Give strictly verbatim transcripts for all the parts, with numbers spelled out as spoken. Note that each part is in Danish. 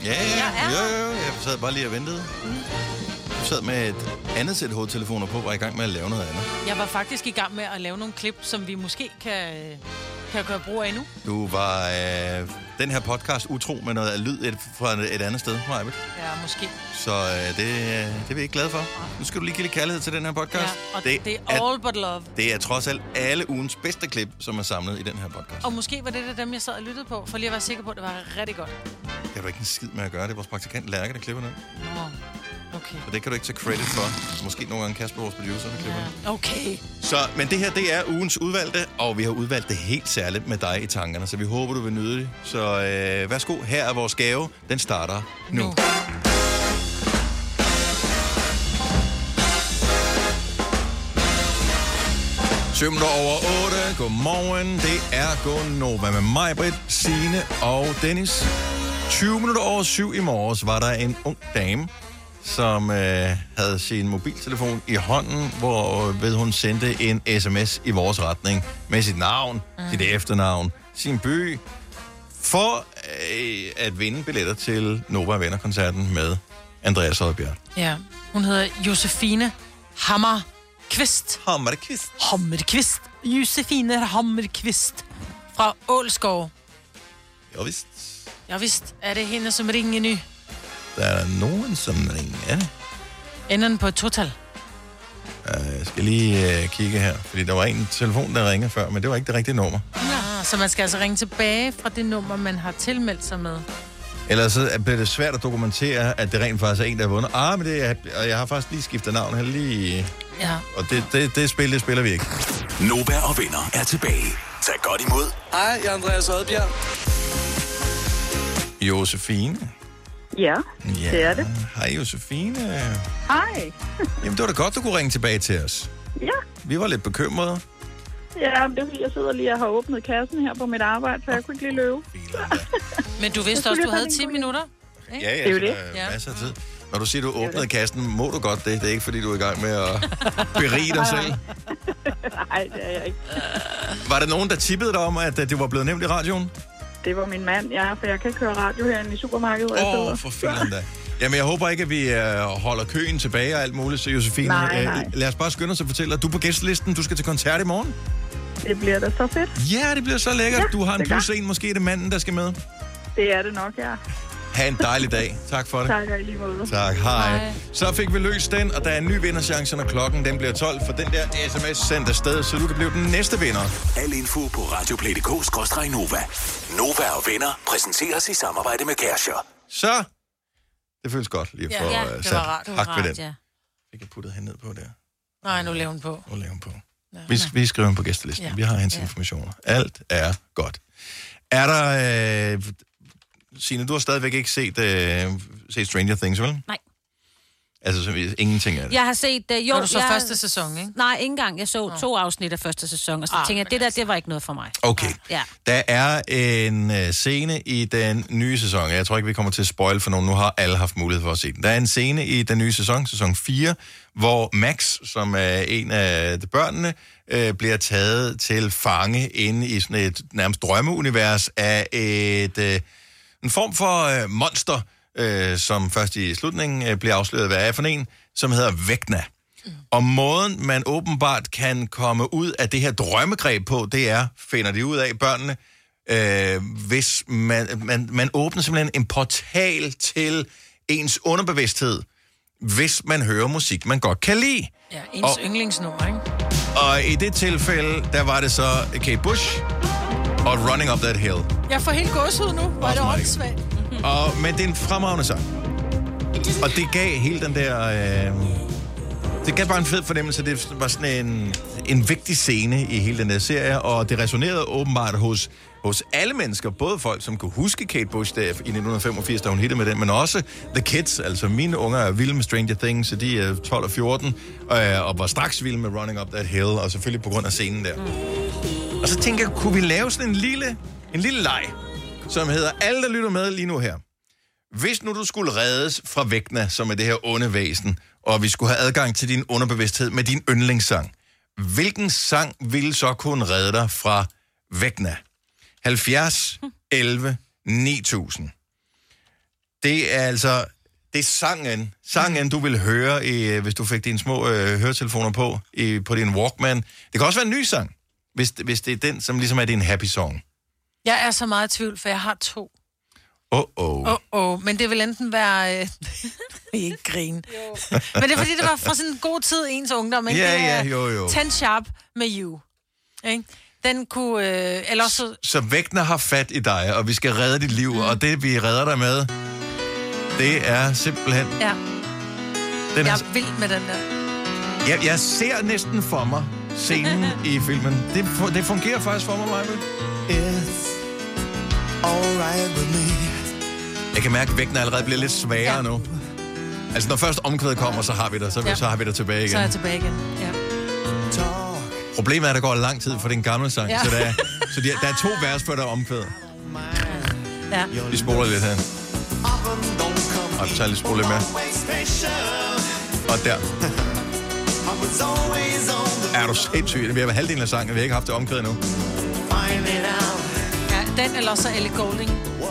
Ja, ja, jo, jo, jeg sad bare lige og ventede. Mm. Jeg sad med et andet sæt hovedtelefoner på, og var i gang med at lave noget andet. Jeg var faktisk i gang med at lave nogle klip, som vi måske kan, kan gøre brug af nu. Du var øh, den her podcast utro med noget lyd et, fra et, et andet sted, Majbet. Ja, måske. Så øh, det, det er vi ikke glade for. Nu skal du lige give lidt kærlighed til den her podcast. Ja, og det, det er all but love. Det er trods alt alle ugens bedste klip, som er samlet i den her podcast. Og måske var det det dem, jeg sad og lyttede på, for lige at være sikker på, at det var rigtig godt. Det har du ikke en skid med at gøre. Det er vores praktikant Lærke, der klipper den. Nå, okay. Så det kan du ikke tage credit for. Måske nogle gange Kasper, vores producer, der klipper den. Ja, okay. Så, men det her, det er ugens udvalgte, og vi har udvalgt det helt særligt med dig i tankerne, så vi håber, du vil nyde det. Så øh, værsgo, her er vores gave. Den starter nu. nu. syv minutter over otte. Godmorgen. Det er Gonova med mig, Britt, Signe og Dennis. tyve minutter over syv i morges var der en ung dame, som øh, havde sin mobiltelefon i hånden, hvor ved hun sendte en sms i vores retning med sit navn, mm. sit efternavn, sin by, for øh, at vinde billetter til Nova Venner-koncerten med Andreas Oddbjerg. Ja, hun hedder Josefine Hammerqvist. Hammerqvist. Hammerqvist. Josefine Hammerqvist fra Ålskov. Ja, vist. Ja, vist. Er det hende, som ringer nu? Der er nogen, som ringer. Ender den på et total? Jeg skal lige uh, kigge her, fordi der var en telefon, der ringer før, men det var ikke det rigtige nummer. Ja, så man skal altså ringe tilbage fra det nummer, man har tilmeldt sig med. Ellers så bliver det svært at dokumentere, at det rent faktisk er en, der har vundet. Ah, men det er, og jeg har faktisk lige skiftet navn her lige... Ja. Og det, det, det spil, det spiller vi ikke. Nova og Venner er tilbage. Tag godt imod. Hej, jeg er Andreas Oddbjerg. Josefine. Ja, ja, det er det. Hej Josefine. Hej. Jamen det var da godt, du kunne ringe tilbage til os. Ja. Vi var lidt bekymrede. Ja, det er fordi, jeg sidder lige og har åbnet kassen her på mit arbejde, så jeg kunne ikke lige løbe. Men du vidste også, du havde ti minutter? Ikke? Ja, ja, det er jo det. det. Er masser af tid. Når du siger, du åbnede kassen, må du godt det. Det er ikke, fordi du er i gang med at berige dig selv. Nej, det er jeg ikke. Var der nogen, der tippede dig om, at det var blevet nævnt i radioen? Det var min mand, ja, for jeg kan køre radio herinde i supermarkedet. Åh, oh, for fanden da. Jamen, jeg håber ikke, at vi uh, holder køen tilbage og alt muligt, så Josefine. Nej, nej. Uh, lad os bare skynde os og fortælle dig, du er på gæstelisten, du skal til koncert i morgen. Det bliver da så fedt. Ja, det bliver så lækkert. Ja, du har en plus gør. en, måske er det manden, der skal med. Det er det nok, ja. Ha' en dejlig dag. Tak for det. Tak, og i lige måde. Tak, hej. hej. Så fik vi løst den, og der er en ny vinderchance, når klokken den bliver tolv, for den der sms sendt afsted, så du kan blive den næste vinder. Al info på radioplay punktum d k skråstreg Nova. Nova og Venner præsenteres i samarbejde med Kærcher. Så, det føles godt lige at få ja, ja, det sat var rart, det var hak ved rart, den. ja. Fik jeg puttet hende ned på der? Nej, nu laver hun på. Nu laver hun på. Ja, vi, vi skriver på gæstelisten. Ja. Vi har hendes ja. informationer. Alt er godt. Er der... Øh, Signe, du har stadigvæk ikke set, øh, set Stranger Things, vel? Nej. Altså, så, ingenting af det? Jeg har set... Uh, jo, har du så jeg, første sæson, ikke? Nej, ikke engang. Jeg så to afsnit af første sæson, og så Ah, tænkte jeg, det der, altså. det var ikke noget for mig. Okay. Ja. Der er en uh, scene i den nye sæson. Jeg tror ikke, vi kommer til at spoil for nogen. Nu har alle haft mulighed for at se den. Der er en scene i den nye sæson, sæson fire, hvor Max, som er en af de børnene, øh, bliver taget til fange inde i sådan et nærmest drømmeunivers af et... Øh, en form for øh, monster, øh, som først i slutningen øh, bliver afsløret, hvad er for en, som hedder Vecna. Mm. Og måden, man åbenbart kan komme ud af det her drømmegreb på, det er, finder de ud af børnene, øh, hvis man, man, man åbner simpelthen en portal til ens underbevidsthed, hvis man hører musik, man godt kan lide. Ja, ens og, yndlingsnummer, ikke? Og i det tilfælde, der var det så Kate Bush og Running Up That Hill. Jeg får helt gåsehud nu. Hvor er det åndssvagt. Og, men det er en fremragende sang. Og det gav hele den der... Øh, det gav bare en fed fornemmelse. Det var sådan en, en vigtig scene i hele den der serie, og det resonerede åbenbart hos, hos alle mennesker. Både folk, som kunne huske Kate Bush der i nitten femogfirs, da hun hittede med den, men også the kids. Altså mine unger er vilde med Stranger Things, så de er tolv og fjorten, øh, og var straks vilde med Running Up That Hill, og selvfølgelig på grund af scenen der. Og så tænker jeg, kunne vi lave sådan en lille, en lille leg, som hedder, alle der lytter med lige nu her. Hvis nu du skulle reddes fra Vecna, som er det her onde væsen, og vi skulle have adgang til din underbevidsthed med din yndlingssang, hvilken sang ville så kunne redde dig fra Vecna? halvfjerds elleve ni tusind. Det er altså... Det er sangen, sangen du vil høre, i, hvis du fik dine små øh, høretelefoner på, i, på din Walkman. Det kan også være en ny sang, hvis, hvis det er den, som ligesom er din happy song. Jeg er så meget i tvivl, for jeg har to. Åh, åh. Åh, åh. Men det vil enten være... Øh... ikke grine. Men det er fordi, det var fra sådan en god tid, ens ungdom. Ikke? Ja, Det er ja, jo, jo. Ten Sharp med You. Ikke? Den kunne... Øh... Eller så... Så Vægtner har fat i dig, og vi skal redde dit liv, mm. og det vi redder dig med, det er simpelthen... Ja. Den Jeg er... er vild med den der. jeg, jeg ser næsten for mig scenen i filmen. Det, fu- det fungerer faktisk for mig, Maja. Jeg kan mærke, at vægten allerede bliver lidt sværere ja. nu. Altså, når først omkvædet kommer, så har vi det. Så, ja. så har vi det tilbage igen. Så er jeg tilbage igen, ja. Problemet er, at der går lang tid for den gamle sang. Ja. Så, der er, så der, der er to vers før der er omkvædet. Ja. Vi spoler lidt her. Og vi tager lidt spole lidt mere. Og der. Er du sindssygt? Vi har halvdelen af sangen, vi har ikke haft det omkvædet nu. Ja, den eller så Ellie Goulding.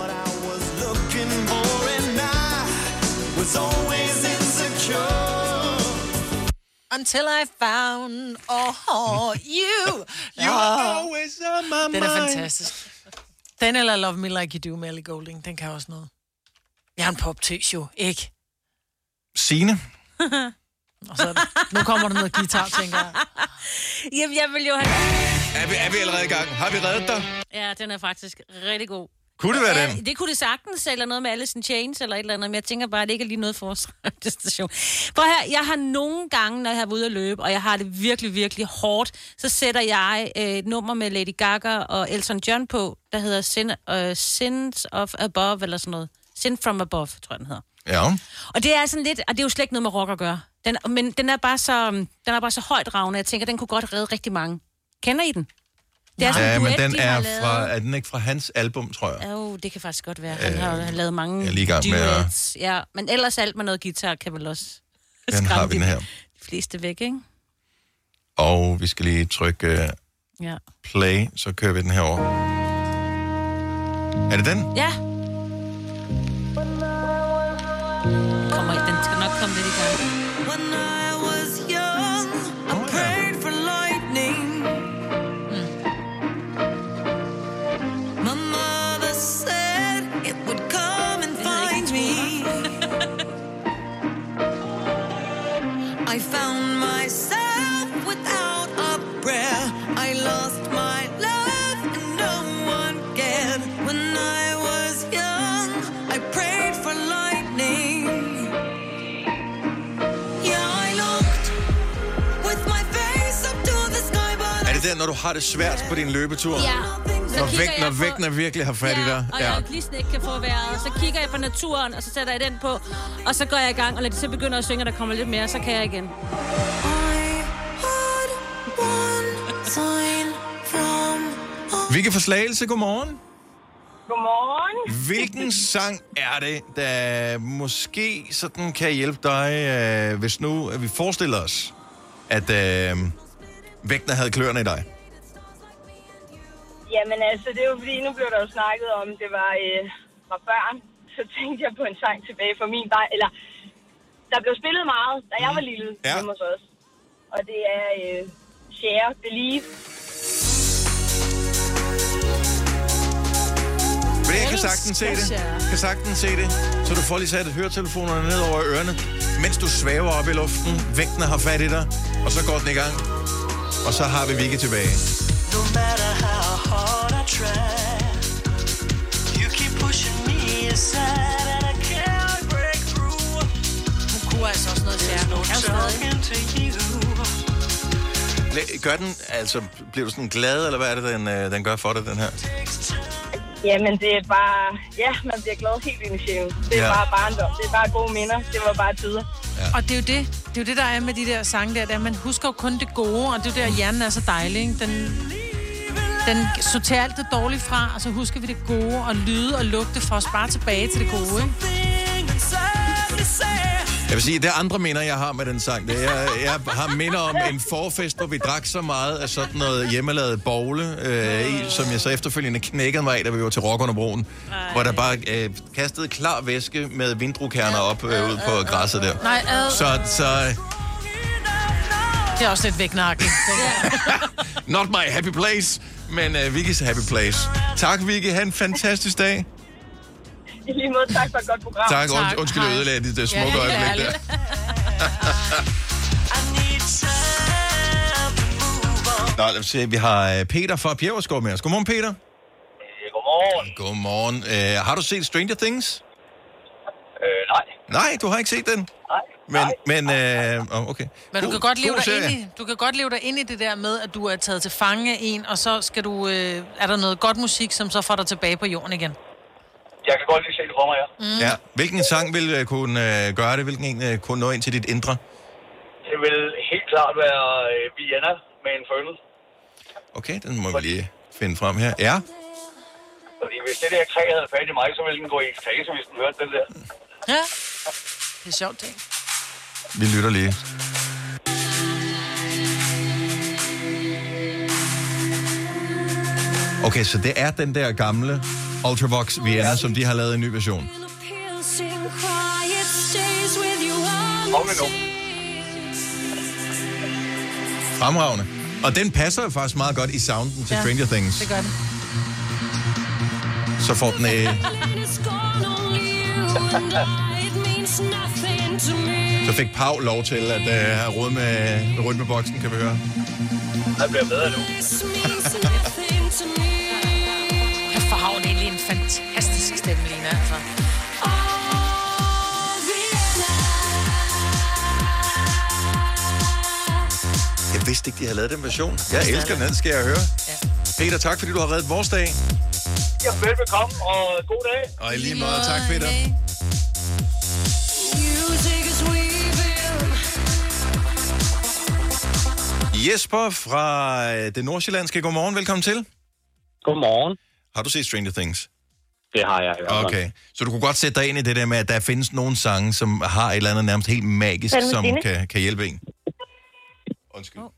Until I found oh, you. You're always on my mind. Den er fantastisk. Den eller Love Me Like You Do med Ellie Goulding, den kan også noget. Jeg er en poptøs jo, ikke? Signe? Og så, nu kommer der noget guitar, tænker jeg. Jamen, jeg vil jo have... Er vi, er vi allerede i gang? Har vi reddet dig? Ja, den er faktisk rigtig god. Kunne det være ja, den? Det kunne det sagtens, eller noget med Alice in Chains, eller et eller andet, men jeg tænker bare, at det ikke er lige noget for vores radiostation. Prøv her, jeg har nogle gange, når jeg har været ude at løbe, og jeg har det virkelig, virkelig hårdt, så sætter jeg øh, et nummer med Lady Gaga og Elton John på, der hedder Sin, uh, Sins of Above, eller sådan noget. Sin from Above, tror jeg, den hedder. Ja. Og det er sådan lidt, og det er jo slet ikke noget med rock at gøre. Den, men den er bare så, den er bare så højt ravende, jeg tænker, den kunne godt redde rigtig mange. Kender I den? Det er sådan Ja, en men duet, den de er har fra, lavet. er den ikke fra hans album, tror jeg? Ja, oh, det kan faktisk godt være. Han øh, har, har lavet mange jeg er lige i gang med at- duets. Ja, men ellers alt med noget guitar kan vel også Den har skræmme vi den de, her. de fleste væk, ikke? Og vi skal lige trykke uh, Ja. play, så kører vi den her over. Er det den? Ja. Kommer i, den skal nok komme lidt i gang. When I was young, I Oh, ja. prayed for lightning. My mother said it would come and find me. I found myself without a prayer. I lost my love and no one cared. When I was young, I prayed for lightning. Yeah, I looked with my face up to the sky, but Er det der, når du har det svært på din løbetur? Ja. Så Når kigger vægten, når jeg på- vægten virkelig har fat i Ja, dig? og jeg lige sådan ikke kan få vejret. Så kigger jeg på naturen, og så sætter jeg den på. Og så går jeg i gang, og når de så begynder at synge, og der kommer lidt mere, så kan jeg igen. I had one sign from Vicky fra Slagelse, godmorgen. Godmorgen. Hvilken sang er det, der måske sådan kan hjælpe dig, øh, hvis nu at vi forestiller os, at øh, vægten havde kløerne i dig? Jamen altså, det er jo fordi, nu blev der jo snakket om, det var øh, fra børn. Så tænkte jeg på en sang tilbage fra min vej. Eller, der blev spillet meget, da jeg var lille Ja. hjemme hos os. Og det er øh, Share, Believe. Men jeg kan sagtens se det. Jeg kan sagtens se det. Så du får lige sat høretelefonerne ned over ørerne, mens du svæver op i luften. Vægten har fat i dig, og så går den i gang. Og så har vi Vicky tilbage. no matter how hard I try. You keep pushing me aside and I can't break through. Hun kunne altså også noget There's sjære. no talking to you. Læ- Gør den, altså, bliver du sådan glad, eller hvad er det, den, øh, den gør for dig, den her? Jamen, det er bare... Ja, man bliver glad helt ind i sjælen. Det er Ja. bare barndom. Det er bare gode minder. Det var bare tider. Og det er jo det. Det er jo det, der er med de der sange der. der man husker jo kun det gode, og det er jo der, hjernen er så dejlig. Ikke? Den, den sorterer alt det dårlige fra, og så husker vi det gode, og lyde og lugte for os bare tilbage til det gode. Ikke? Thing inside me say, vil sige, det er andre minder, jeg har med den sang. Det er, jeg, jeg har minder om en forfest, hvor vi drak så meget af sådan noget hjemmelavet bogle, øh, i, som jeg så efterfølgende knækkede mig af, da vi var til Rockernebroen, hvor der bare øh, kastede klar væske med vindruekerner op øh, ud på græsset der. Nej, ad. Så, så Det er også lidt væknagtigt. not my happy place, men uh, Vickys happy place. Tak, Vicky. Ha' en fantastisk dag. I lige måde, tak for et godt program. Tak. Und, undskyld, jeg ødelagde dit uh, smukke Ja, helt øjeblik der. Nå, lad os se. Vi har uh, Peter fra Bjæverskov med os. Godmorgen, Peter. Godmorgen. Godmorgen. Uh, har du set Stranger Things? Øh, nej. Nej, du har ikke set den? Nej. Men, men, øh, okay. Men du God- kan, godt leve god dig ind serie. i, du kan godt leve dig ind i det der med, at du er taget til fange af en, og så skal du, øh, er der noget godt musik, som så får dig tilbage på jorden igen. Jeg kan godt lige se det for mig, ja. Mm. Ja. Hvilken sang vil uh, kunne uh, gøre det? Hvilken en uh, kunne nå ind til dit indre? Det vil helt klart være øh, Vienna med Infernal. Okay, den må vi lige finde frem her. Ja. Fordi hvis det der kræ havde fat i mig, så ville den gå i ekstase, hvis den hørte den der. Ja, det er sjovt, det. Vi lytter lige. Okay, så det er den der gamle Ultravox Vienna, som de har lavet en ny version. Kom med nu. Fremragende. Og den passer jo faktisk meget godt i sounden til Ja, Stranger Things. det gør den. Så får den... Øh, så fik Pau lov til at øh, have råd med, med rytmeboksen, kan vi høre. Det bliver bedre nu. Hvorfor har hun egentlig en fantastisk stemme, Lena, altså. Jeg vidste ikke, de havde lavet den version. Jeg elsker den, den skal jeg høre. Ja. Peter, tak fordi du har reddet vores dag. Ja, velbekomme, og god dag. Og i lige måde, tak Peter. Jesper fra øh, det nordsjællandske. Godmorgen, velkommen til. Godmorgen. Har du set Stranger Things? Det har jeg i hvert fald. Okay, så du kunne godt sætte dig ind i det der med, at der findes nogle sange, som har et eller andet nærmest helt magisk, som kan, kan hjælpe en. Undskyld. Oh.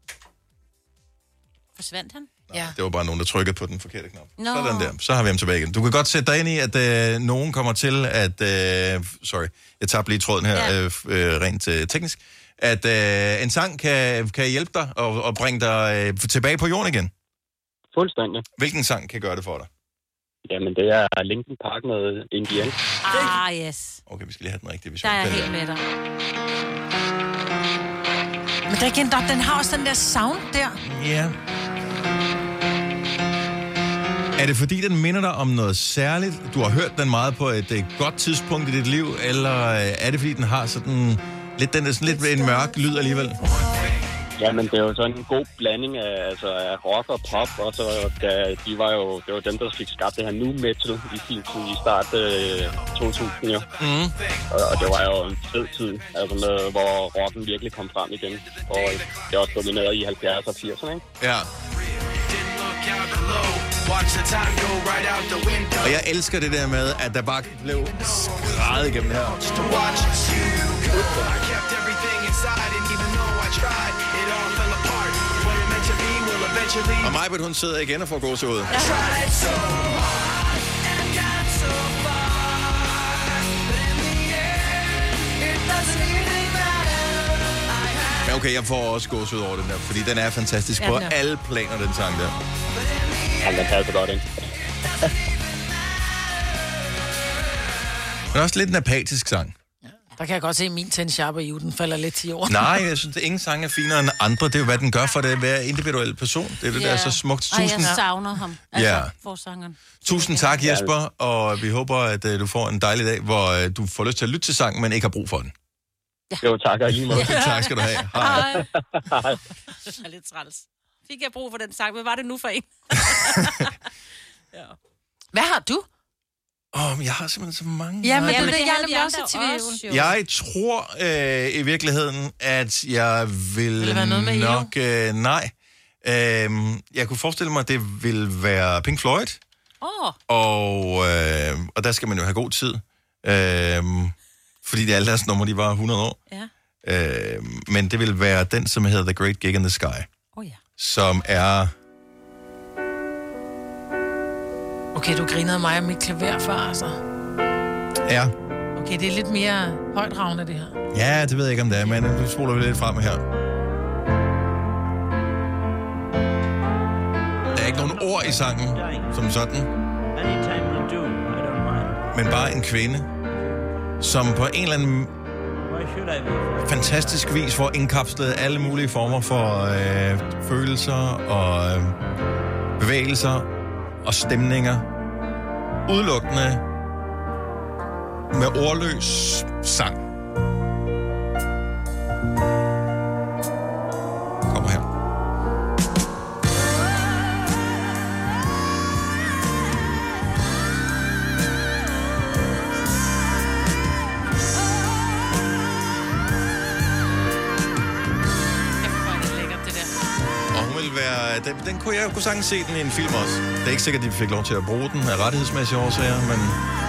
Forsvandt han? Ja. Det var bare nogen, der trykkede på den forkerte knap. Nå. Sådan der. Så har vi ham tilbage igen. Du kan godt sætte dig ind i, at øh, nogen kommer til at... Øh, sorry, jeg tabte lige tråden her, Ja. øh, øh, rent øh, teknisk. At øh, en sang kan, kan hjælpe dig og, og bringe dig øh, tilbage på jorden igen. Fuldstændig. Hvilken sang kan gøre det for dig? Jamen, det er Linkin Park med Indian. Ah, yes. Okay, vi skal lige have den rigtige version. Der er jeg Den helt med dig. Men der igen, der, den har også den der sound der. Ja. Er det fordi, den minder dig om noget særligt? Du har hørt den meget på et, et godt tidspunkt i dit liv, eller øh, er det fordi, den har sådan lidt, den er sådan lidt en mørk lyd alligevel? Jamen, det er jo sådan en god blanding af, altså, af rock og pop, og så da, de var jo, det var dem, der fik skabt det her nu metal i sin tid i start øh, to tusind, jo. Mm. Og, og det var jo en fed tid, altså med, hvor rocken virkelig kom frem igen. Og det er også domineret i halvfjerdserne og firserne, ikke? Ja. Og jeg elsker det der med, at der bare blev skrædet igennem her. Og Majbert, hun sidder igen og får gåsehud. Ja. Men okay, jeg får også gåsehud over den der, fordi den er fantastisk Ja, på den er. alle planer, den sang der. Ja, den passer godt, ikke? Men også lidt en apatisk sang. Der kan jeg godt se, at min ten sharp i den falder lidt til jorden. Nej, jeg synes, at ingen sang er finere end andre. Det er jo, hvad den gør for det at være individuel person. Det er det, der er så smukt. Ej, Tusind, jeg savner ham. Altså, Ja. forsangeren. tusind tak, Jesper, og vi håber, at uh, du får en dejlig dag, hvor uh, du får lyst til at lytte til sangen, men ikke har brug for den. Jo, tak, og i lige måde. Tak skal du have. Hej. Hej. Det er lidt træls. Fik jeg brug for den sang? Hvad var det nu for en? Ja. Hvad har du? Åh, oh, jeg har simpelthen så mange. Ja, men Ja, det, men det, det jeg havde er vi nemlig også andre i tvivl. også, jo. Jeg tror øh, i virkeligheden, at jeg vil, Vil det være noget med nok... Øh, nej. Øh, jeg kunne forestille mig, at det vil være Pink Floyd. Åh, oh, Og, øh, og der skal man jo have god tid. Øh, fordi de alle deres numre, de var hundrede år. Ja. Øh, men det vil være den, som hedder The Great Gig in the Sky. Oh, ja. Som er... Okay, du grinede mig af mit klaver før, altså. Ja. Okay, det er lidt mere højdragende, det her. Ja, det ved jeg ikke, om det er, men nu spoler vi lidt frem her. Der er ikke nogen ord i sangen, som sådan. Men bare en kvinde, som på en eller anden fantastisk vis får indkapslet alle mulige former for øh, følelser og øh, bevægelser og stemninger. Udelukkende med ordløs sang. Kommer her. Og hun vil være... Den, den kunne jeg kunne sagtens se den i en film også. Det er ikke sikkert, at de fik lov til at bruge den af rettighedsmæssige årsager, men...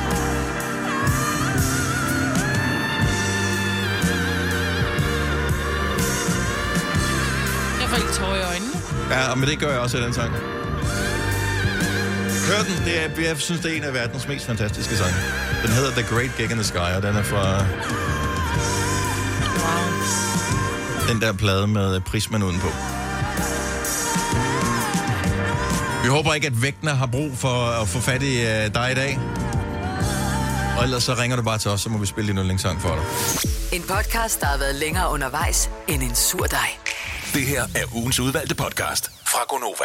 Jeg får ikke tårer i øjnene. Ja, men det gør jeg også i den sang. Hør den, det er, jeg synes, det er en af verdens mest fantastiske sange. Den hedder The Great Gig in the Sky, og den er fra... Wow. Den der plade med prismen udenpå. Vi håber ikke, at vægtene har brug for at få fat i uh, dig i dag. Og ellers så ringer du bare til os, så må vi spille din yndlingssang for dig. En podcast, der har været længere undervejs end en sur dej. Det her er ugens udvalgte podcast fra Gonova.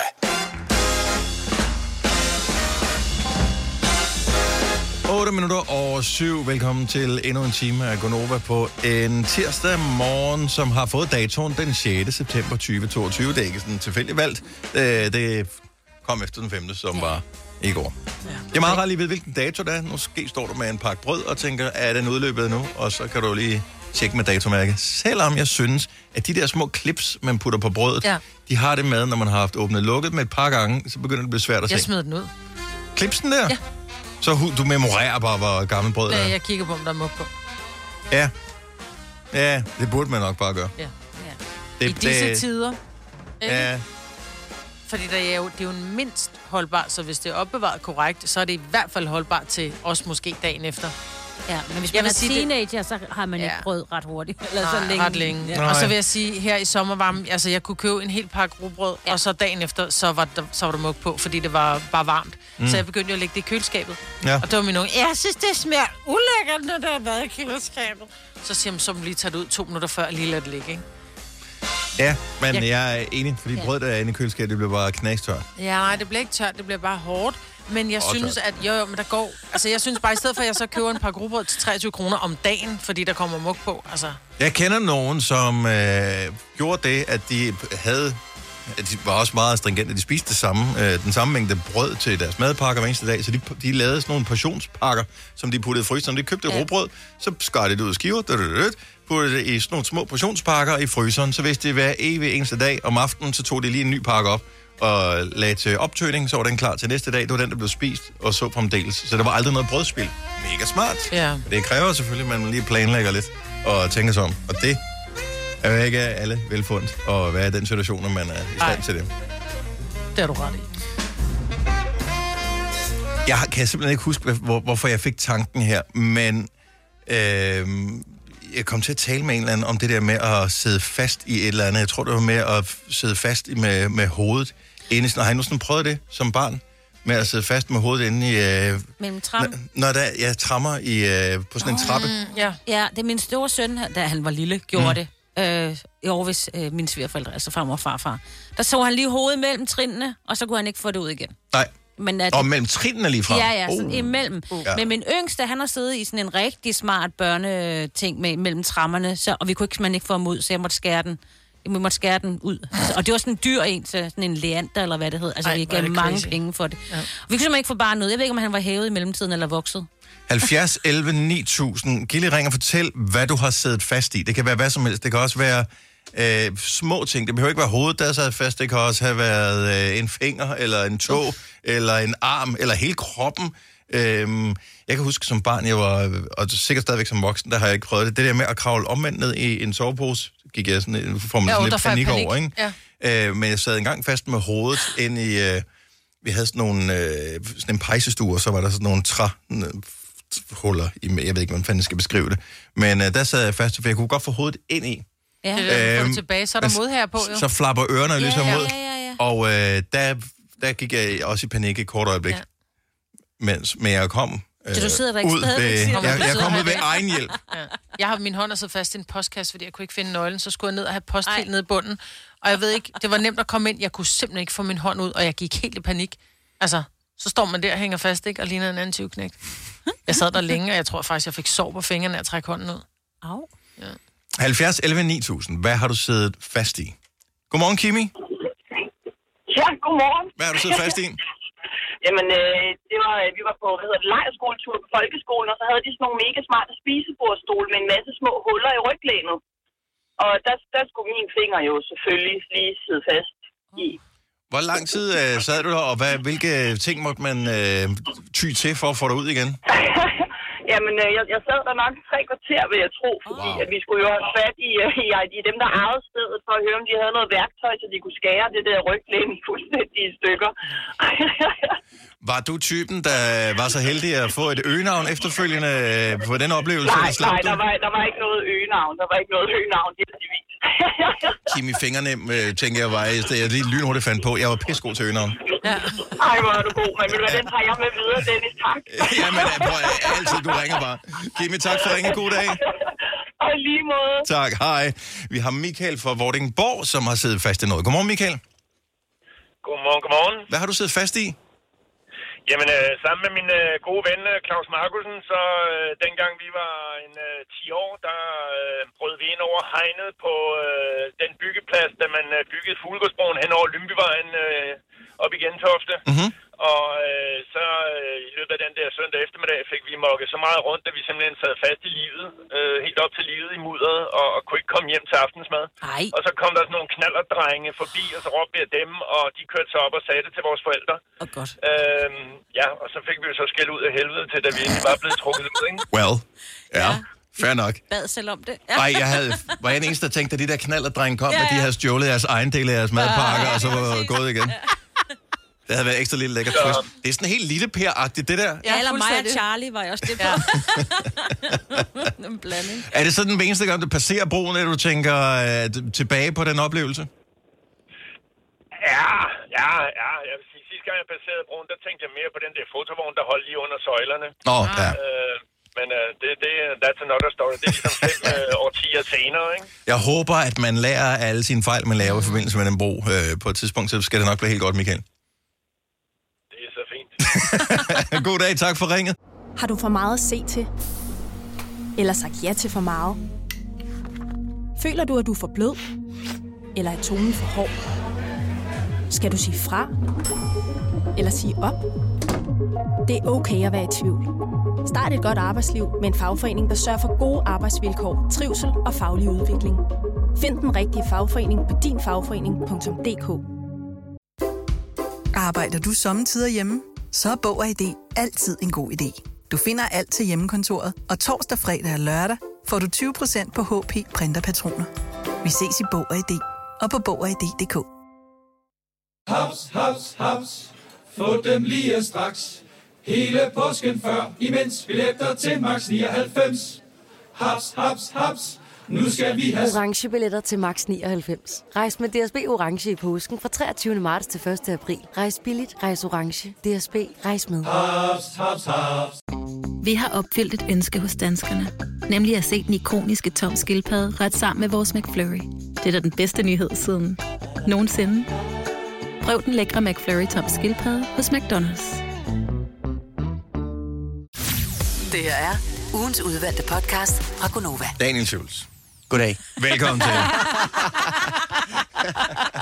otte minutter over syv. Velkommen til endnu en time af Gonova på en tirsdag morgen, som har fået datoen den sjette september tyve toogtyve. Det er ikke sådan tilfældigt valgt. Det, det kom efter den femte, som var i går. Det er meget rart lige ved, hvilken dato det er. Måske står du med en pakke brød og tænker, er den udløbet nu? Og så kan du lige tjekke med datomærke. Selvom jeg synes, at de der små clips, man putter på brødet, ja. de har det med, når man har haft åbnet lukket med et par gange, så begynder det at blive svært at Jeg se. smider den ud. Clipsen der? Ja. Så hu- du memorerer bare, hvor gammel brød er? Ja, jeg kigger på, om der er mug på. Ja. Ja, det burde man nok bare gøre. Ja. Det, I disse det, tider. Ikke? Ja. Fordi der er jo, det er jo en mindst holdbart, så hvis det er opbevaret korrekt, så er det i hvert fald holdbart til os måske dagen efter. Ja, men hvis Jeg man vil er sige, det- teenager, så har man ikke Ja. brød ret hurtigt. Eller Nej, så længe. ret længe. Ja. Nej. Og så vil jeg sige, her i sommervarmen, altså jeg kunne købe en hel pakke rugbrød, ja. og så dagen efter, så var der, så var der mug på, fordi det var bare varmt. Mm. Så jeg begyndte jo at lægge det i køleskabet. Ja. Og det var min unge, jeg synes, det smager ulækkert, når det har været i køleskabet. Så siger man, så må lige tage det ud to minutter før, og lige lade det ligge, ikke? Ja, men Jeg- jeg er enig, fordi Ja. brød, der er inde i køleskabet, det bliver bare knastørt. Ja, nej, det bliver ikke tørt, det bliver bare hårdt. Men jeg Og synes, tørt. at jo, jo, men der går... Altså, jeg synes bare, i stedet for, at jeg så køber en pakke rugbrød til treogtyve kroner om dagen, fordi der kommer mug på, altså... Jeg kender nogen, som øh, gjorde det, at de havde... At de var også meget stringente. De spiste det samme, øh, den samme mængde brød til deres madpakker hver eneste dag, så de, de lavede sådan nogle portionspakker, som de puttede i fryseren. De købte ja. rugbrød, så skar de det ud af skiver, puttede det i sådan nogle små portionspakker i fryseren, så hvis det hver evig eneste dag om aftenen, så tog de lige en ny pakke op og lagde til optøning, så var den klar til næste dag. Det var den, der blev spist, og så fremdeles. Så der var aldrig noget brødspil. Mega smart. Ja. Det kræver selvfølgelig, at man lige planlægger lidt og tænker sig om. Og det er jo ikke alle velfundet at være i den situation, når man er i stand Ej. til det. Det er du ret i. Jeg har- kan simpelthen ikke huske, hvad- hvor, hvorfor jeg fik tanken her, men øh, jeg kom til at tale med en eller anden om det der med at sidde fast i et eller andet. Jeg tror, det var med at sidde fast i- med, med hovedet inde i sådan. Har I nu sådan prøvet det som barn? Med at sidde fast med hovedet inde i... Øh, Mellem tram. n- når der, jeg trammer i, øh, på sådan en trappe. Ja. Ja, det er min store søn, da han var lille, gjorde mm. det. Øh, I år, hvis øh, mine svigerforældre, altså farmor og farfar. Der så han lige hovedet mellem trinene, og så kunne han ikke få det ud igen. Nej. Men at, Og mellem trinene lige fra. Ja, ja, sådan imellem. Ja. Ja. Men min yngste, han har siddet i sådan en rigtig smart børneting med, mellem trammerne, så, og vi kunne ikke, man ikke få ham ud, så jeg måtte skære den. Vi måtte skære den ud. Altså, og det var sådan en dyr en, så sådan en leander, eller hvad det hed. Altså, Ej, vi hvor er gav det mange crazy. penge for det. Ja. Og vi kunne simpelthen ikke få barnet ud. Jeg ved ikke, om han var hævet i mellemtiden eller vokset. halvfjerds elleve ni tusind. Gilly, ring og fortæl, hvad du har siddet fast i. Det kan være hvad som helst. Det kan også være øh, små ting. Det behøver ikke være hovedet, der sad fast. Det kan også have været øh, en finger, eller en tå, uh. eller en arm, eller hele kroppen. Øhm, jeg kan huske som barn, jeg var, og sikkert stadigvæk som voksen, der har jeg ikke prøvet det. Det der med at kravle omvendt ned i en sovepose, gik jeg sådan, får man Ja, sådan jo, der lidt får jeg panik, panik. over, ikke? Ja. Øh, men jeg sad engang fast med hovedet ind i, øh, vi havde sådan nogle, øh, sådan en pejsestue, og så var der sådan nogle træhuller i, jeg ved ikke, hvordan fanden jeg skal beskrive det. Men øh, der sad jeg fast, for jeg kunne godt få hovedet ind i. Ja. Det er, øhm, tilbage, så er der mod her på, jo. Så flapper ørerne ja, ligesom ja, mod. ja, ja, ja. Og øh, der, der gik jeg også i panik i et kort øjeblik. Ja. Mens, men jeg kom øh, Så du sidder der ikke ud stadig? ved, jeg, jeg kom ud ved egen hjælp. Ja. Jeg har min hånd og siddet fast i en postkasse, fordi jeg kunne ikke finde nøglen, så skulle jeg ned og have post helt nede i bunden. Og jeg ved ikke, det var nemt at komme ind. Jeg kunne simpelthen ikke få min hånd ud, og jeg gik helt i panik. Altså, så står man der og hænger fast, ikke? Og ligner en anden tyvknægt. Jeg sad der længe, og jeg tror faktisk, jeg fik sår på fingrene at trække hånden ud. Au. Ja. halvfjerds elleve ni tusind. Hvad har du siddet fast i? Godmorgen, Kimi. Ja, godmorgen. Hvad har du siddet fast i? Jamen, øh, det var, vi var på, hvad hedder det, lejrskoletur på folkeskolen, og så havde de sådan nogle mega smarte spisebordstole med en masse små huller i ryglænet. Og der, der skulle mine fingre jo selvfølgelig lige sidde fast i. Hvor lang tid øh, sad du der, og hvad, hvilke ting måtte man øh, ty til for at få dig ud igen? Jamen, øh, jeg, jeg sad der nok tre kvarter, vil jeg tro, fordi wow. at vi skulle jo have fat i, øh, i, i dem, der ejede stedet, for at høre, om de havde noget værktøj, så de kunne skære det der ryglæn fuldstændig i stykker. Var du typen, der var så heldig at få et øgenavn efterfølgende på den oplevelse? Nej, nej, der var, der var ikke noget øgenavn. Der var ikke noget øgenavn, heldigvis. Kimi Fingernem, øh, tænker jeg, var det jeg lige lynhurtigt fandt på. Jeg var pissegod til øgenavn. Ja. Ej, hvor er du god, men ved du hvad, den tager jeg med videre, Dennis, tak. Jamen, prøv, altid, du ringer bare. Kimi, tak for at ringe. God dag. Og lige måde. Tak, hej. Vi har Michael fra Vordingborg, som har siddet fast i noget. Godmorgen, Michael. Godmorgen, godmorgen. Hvad har du siddet fast i? Jamen, øh, sammen med min øh, gode ven Claus Markusen, så øh, dengang vi var en øh, ti år, der øh, brød vi ind over hegnet på øh, den byggeplads, da man øh, byggede Fuglgårdsbroen hen over Lymbyvejen øh, op i Gentofte. Mm-hmm. Og øh, så øh, i løbet af den der søndag eftermiddag fik vi mokket så meget rundt, at vi simpelthen sad fast i livet, øh, helt op til livet i mudderet, og, og kunne ikke komme hjem til aftensmad. Ej. Og så kom der sådan nogle knallerdrenge forbi, og så råbte vi af dem, og de kørte så op og sagde det til vores forældre. Oh, godt. Øhm, ja, og så fik vi jo så skæld ud af helvede til, da vi egentlig var blevet trukket ud, ikke? Well, ja. ja. Fair nok. Bad selv om det. Nej, ja. jeg havde, var jeg den eneste, der tænkte, at de der knalderdrenge kom, ja, ja. at de havde stjålet jeres egen del af jeres madpakker, ja, ja, ja, og så var ja, gået igen. Ja. Det havde været ekstra lille lækker ja. twist. Det er sådan helt lille per-agtigt, det der. Ja, eller mig og Charlie var jeg også det på. Ja. En blanding. Er det sådan den eneste gang, du passerer broen, at du tænker uh, tilbage på den oplevelse? Ja, ja, ja. Jeg vil sige, sidste gang jeg passerede broen, der tænkte jeg mere på den der fotovogn, der holdt lige under søjlerne. Åh, oh, ja. Øh, men uh, det, det, that's another story. Det er ligesom fem uh, årtier senere, ikke? Jeg håber, at man lærer alle sine fejl, man laver i forbindelse med den bro. Uh, på et tidspunkt, så skal det nok blive helt godt, Michael. God dag, tak for ringet. Har du for meget at se til? Eller sagt ja til for meget? Føler du, at du er for blød? Eller er tonen for hård? Skal du sige fra? Eller sige op? Det er okay at være i tvivl. Start et godt arbejdsliv med en fagforening, der sørger for gode arbejdsvilkår, trivsel og faglig udvikling. Find den rigtige fagforening på din fagforening punktum d k. Arbejder du sommetider hjemme? Så er Bog og I D altid en god idé. Du finder alt til hjemmekontoret, og torsdag, fredag og lørdag får du tyve procent på H P printerpatroner. Vi ses i Bog og I D og på bog og i d punktum d k. Haps, haps, haps. Få dem lige straks. Hele påsken før, imens billetter til max nioghalvfems. Haps, haps, haps. Nu skal vi have orange billetter til max nioghalvfems. Rejs med D S B orange i påsken fra treogtyvende marts til første april. Rejs billigt, rejs orange. D S B, rejs med. Haps, haps, haps. Vi har opfyldt et ønske hos danskerne, nemlig at se den ikoniske Tom Skildpadde ret sammen med vores McFlurry. Det er da den bedste nyhed siden nogensinde. Prøv den lækre McFlurry Tom Skildpadde hos McDonald's. Det her er ugens udvalgte podcast fra Gonova. Daniel Schultz. Goddag. Velkommen til.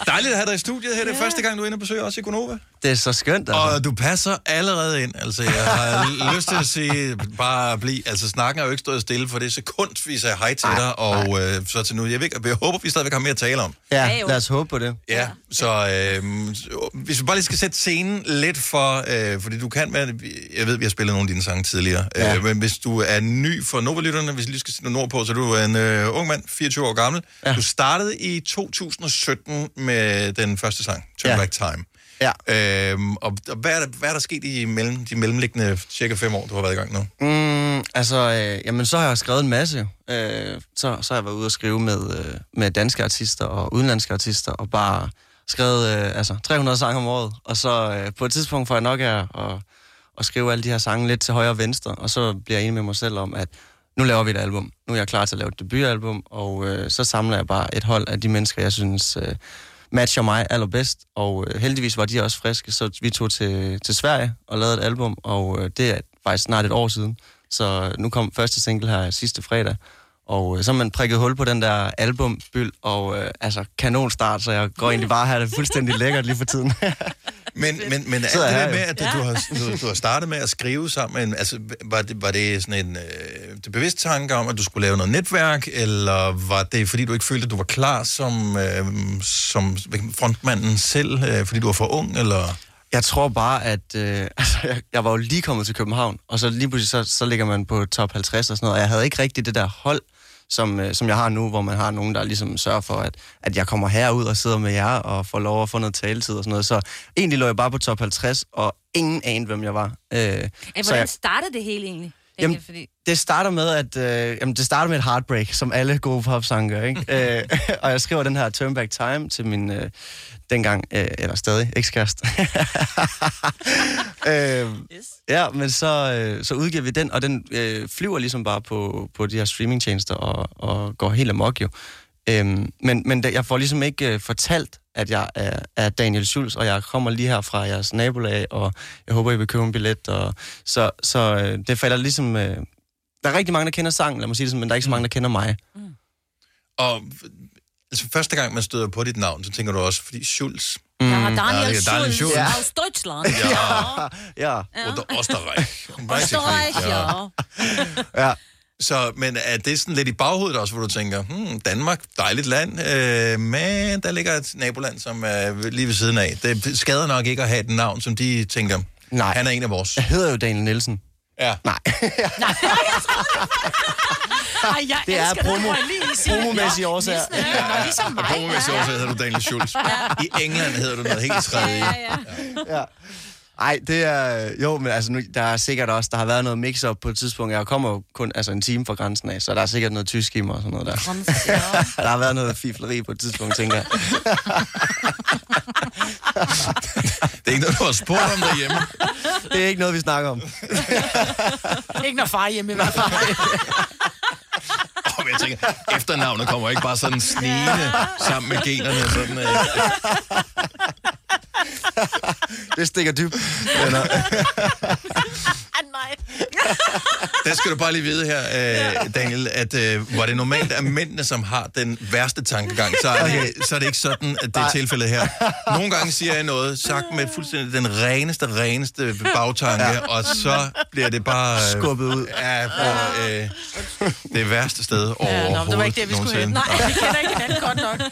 Dejligt at have dig i studiet her. Det er ja. første gang, du er inde og besøger os i Gonova. Det er så skønt, altså. Og du passer allerede ind. Altså, jeg har lyst til at sige, bare bliv. Altså, snakken er jo ikke stået stille, for det er sekundvis af hej til ej, dig, og øh, så til nu. Jeg, ved, jeg håber, vi stadigvæk har mere at tale om. Ja, lad os håbe på det. Ja, så øh, hvis vi bare lige skal sætte scenen lidt for, øh, fordi du kan være, jeg ved, vi har spillet nogle af dine sange tidligere, ja. øh, men hvis du er ny for Nova-lytterne, hvis vi lige skal sætte nogle ord på, så er du en øh, ung mand, fireogtyve år gammel. Ja. Du startede i to tusind og sytten med den første sang, Turn ja. Back Time. Ja. Øhm, og og hvad, er der, hvad er der sket i mellem, de mellemliggende cirka fem år, du har været i gang nu? Mm, altså, øh, jamen, så har jeg skrevet en masse. Øh, så, så har jeg været ude og skrive med, øh, med danske artister og udenlandske artister, og bare skrevet øh, altså, tre hundrede sange om året. Og så øh, på et tidspunkt får jeg nok af at, at skrive alle de her sange lidt til højre og venstre, og så bliver jeg enig med mig selv om, at nu laver vi et album. Nu er jeg klar til at lave et debutalbum, og øh, så samler jeg bare et hold af de mennesker, jeg synes øh, matcher mig allerbedst. Og øh, heldigvis var de også friske, så vi tog til, til Sverige og lavede et album, og øh, det er faktisk snart et år siden. Så nu kom første single her sidste fredag, og øh, så har man prikket hul på den der albumbyld, og øh, altså kanonstart, så jeg går egentlig bare her, det er fuldstændig lækkert lige for tiden. Men, men, men alt det der med, at du, ja. har, du, du har startet med at skrive sammen, altså var det, var det sådan en øh, det bevidst tanke om, at du skulle lave noget netværk, eller var det, fordi du ikke følte, at du var klar som, øh, som frontmanden selv, øh, fordi du var for ung, eller? Jeg tror bare, at øh, altså, jeg, jeg var jo lige kommet til København, og så lige pludselig, så, så ligger man på top halvtreds og sådan noget, og jeg havde ikke rigtig det der hold, som, øh, som jeg har nu, hvor man har nogen, der ligesom sørger for, at, at jeg kommer herud og sidder med jer og får lov at få noget taletid og sådan noget. Så egentlig lå jeg bare på top halvtreds, og ingen anede, hvem jeg var. Øh, Æ, hvordan jeg, startede det hele egentlig? Jamen, jeg, fordi... det starter med, at øh, jamen, det starter med et heartbreak, som alle gode popsange gør, ikke? øh, og jeg skriver den her Turn Back Time til min, øh, dengang, øh, eller stadig, ekskæreste. øh, yes. Ja, men så, øh, så udgiver vi den, og den øh, flyver ligesom bare på, på de her streamingtjenester og, og går helt amok jo. Øhm, men men jeg får ligesom ikke øh, fortalt, at jeg er, er Daniel Schultz, og jeg kommer lige her fra jeres nabolag, og jeg håber, I vil købe en billet. Og, så så øh, det falder ligesom... Øh, der er rigtig mange, der kender sangen, lad mig sige det sådan, men der er ikke så mange, der kender mig. Mm. Og altså, første gang, man støder på dit navn, så tænker du også, fordi Schultz... Mm. Ja, Daniel, ja, Daniel Schultz. Ja. Aus Deutschland. Ja. Ja. Oder Österreich. Österreich, ja. Ja. Så, men er det sådan lidt i baghovedet også, hvor du tænker, hmm, Danmark, dejligt land, øh, men der ligger et naboland, som er lige ved siden af. Det skader nok ikke at have et navn, som de tænker, nej, han er en af vores. Jeg hedder jo Daniel Nielsen. Ja. Nej. Nej, Ej, jeg det er promo, promomæssige årsager. Ja, ligesom mig. Promomæssige årsager hedder du Daniel Schultz. I England hedder du noget helt tredje. Ja, ja, ja. Ja. Ej, det er... Jo, men altså, nu, der er sikkert også... Der har været noget mix-up på et tidspunkt. Jeg kommer jo kun altså, en time fra grænsen af, så der er sikkert noget tysk i mig og sådan noget der. Der har været noget fifleri på et tidspunkt, tænker jeg. Det er ikke noget, du har spurgt om derhjemme. Det er ikke noget, vi snakker om. Ikke når far er hjemme i hvert fald. Oh, jeg tænker, efternavnet kommer ikke bare sådan snigende sammen med generne. Sådan, øh. Det stikker dybt. Nej. Der skal du bare lige vide her, øh, Daniel, at øh, hvor det normalt er mændene, som har den værste tankegang, så er det, så er det ikke sådan, at det er tilfældet her. Nogle gange siger jeg noget, sagt med fuldstændig den reneste, reneste bagtanke, ja. Og så bliver det bare... Øh, skubbet ud. Ja, på øh, det værste sted ja, overhovedet. Nå, det var ikke det, vi skulle hente. Nej, vi kender ikke hinanden godt nok.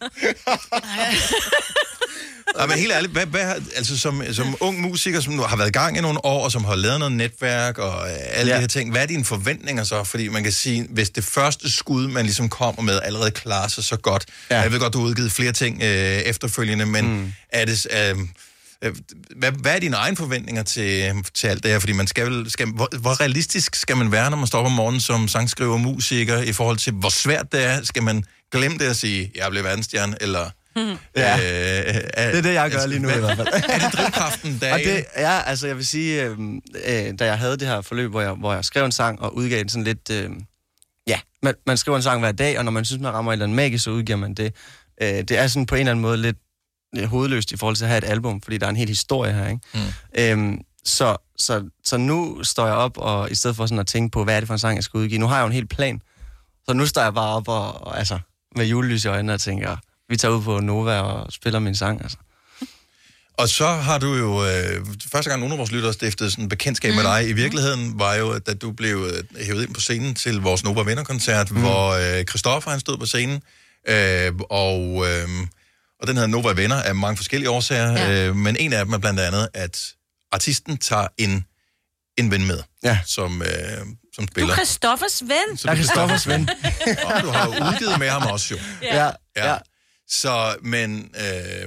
Ja, men helt ærligt, hvad, hvad, altså som, som ung musiker, som nu har været i gang i nogle år, og som har lavet noget netværk og øh, alle ja. de her ting, hvad er dine forventninger så? Fordi man kan sige, hvis det første skud, man ligesom kommer med, allerede klarer sig så godt. Ja. Jeg ved godt, du har udgivet flere ting øh, efterfølgende, men mm. er det... Øh, Hvad, hvad er dine egne forventninger til, til alt det her? Fordi man skal vel, skal, hvor, hvor realistisk skal man være, når man står op om morgenen som sangskriver og musiker, i forhold til, hvor svært det er? Skal man glemme det at sige, jeg bliver verdensstjerne, eller... Mm. Ja, øh, er, det er det, jeg gør altså, lige nu hvad, i hvert fald. Er det drivkraften, der og det, ja, altså jeg vil sige, øh, øh, da jeg havde det her forløb, hvor jeg, hvor jeg skrev en sang og udgav den sådan lidt... Øh, ja, man, man skriver en sang hver dag, og når man synes, man rammer et eller andet magisk, så udgiver man det. Øh, det er sådan på en eller anden måde lidt hovedløst i forhold til at have et album, fordi der er en hel historie her, ikke? Mm. Øhm, så, så, så nu står jeg op, og i stedet for sådan at tænke på, hvad er det for en sang, jeg skal udgive, nu har jeg jo en hel plan. Så nu står jeg bare op og, og altså, med julelys i øjnene og tænker, vi tager ud på Nova og spiller min sang, altså. Og så har du jo, øh, første gang nogle af vores lyttere stiftede sådan en bekendtskab mm. med dig, i virkeligheden var jo, da du blev øh, hævet ind på scenen til vores Nova Venner-koncert, mm. hvor øh, Christoffer, han stod på scenen, øh, og, øh, og den hedder Nova Venner af mange forskellige årsager, ja. øh, men en af dem er blandt andet, at artisten tager en, en ven med, ja. som, øh, som spiller. Du er Christoffers ven. Jeg er Christoffers ven. Og du har jo udgivet med ham også, jo. Ja, ja. ja. Så, men... Øh,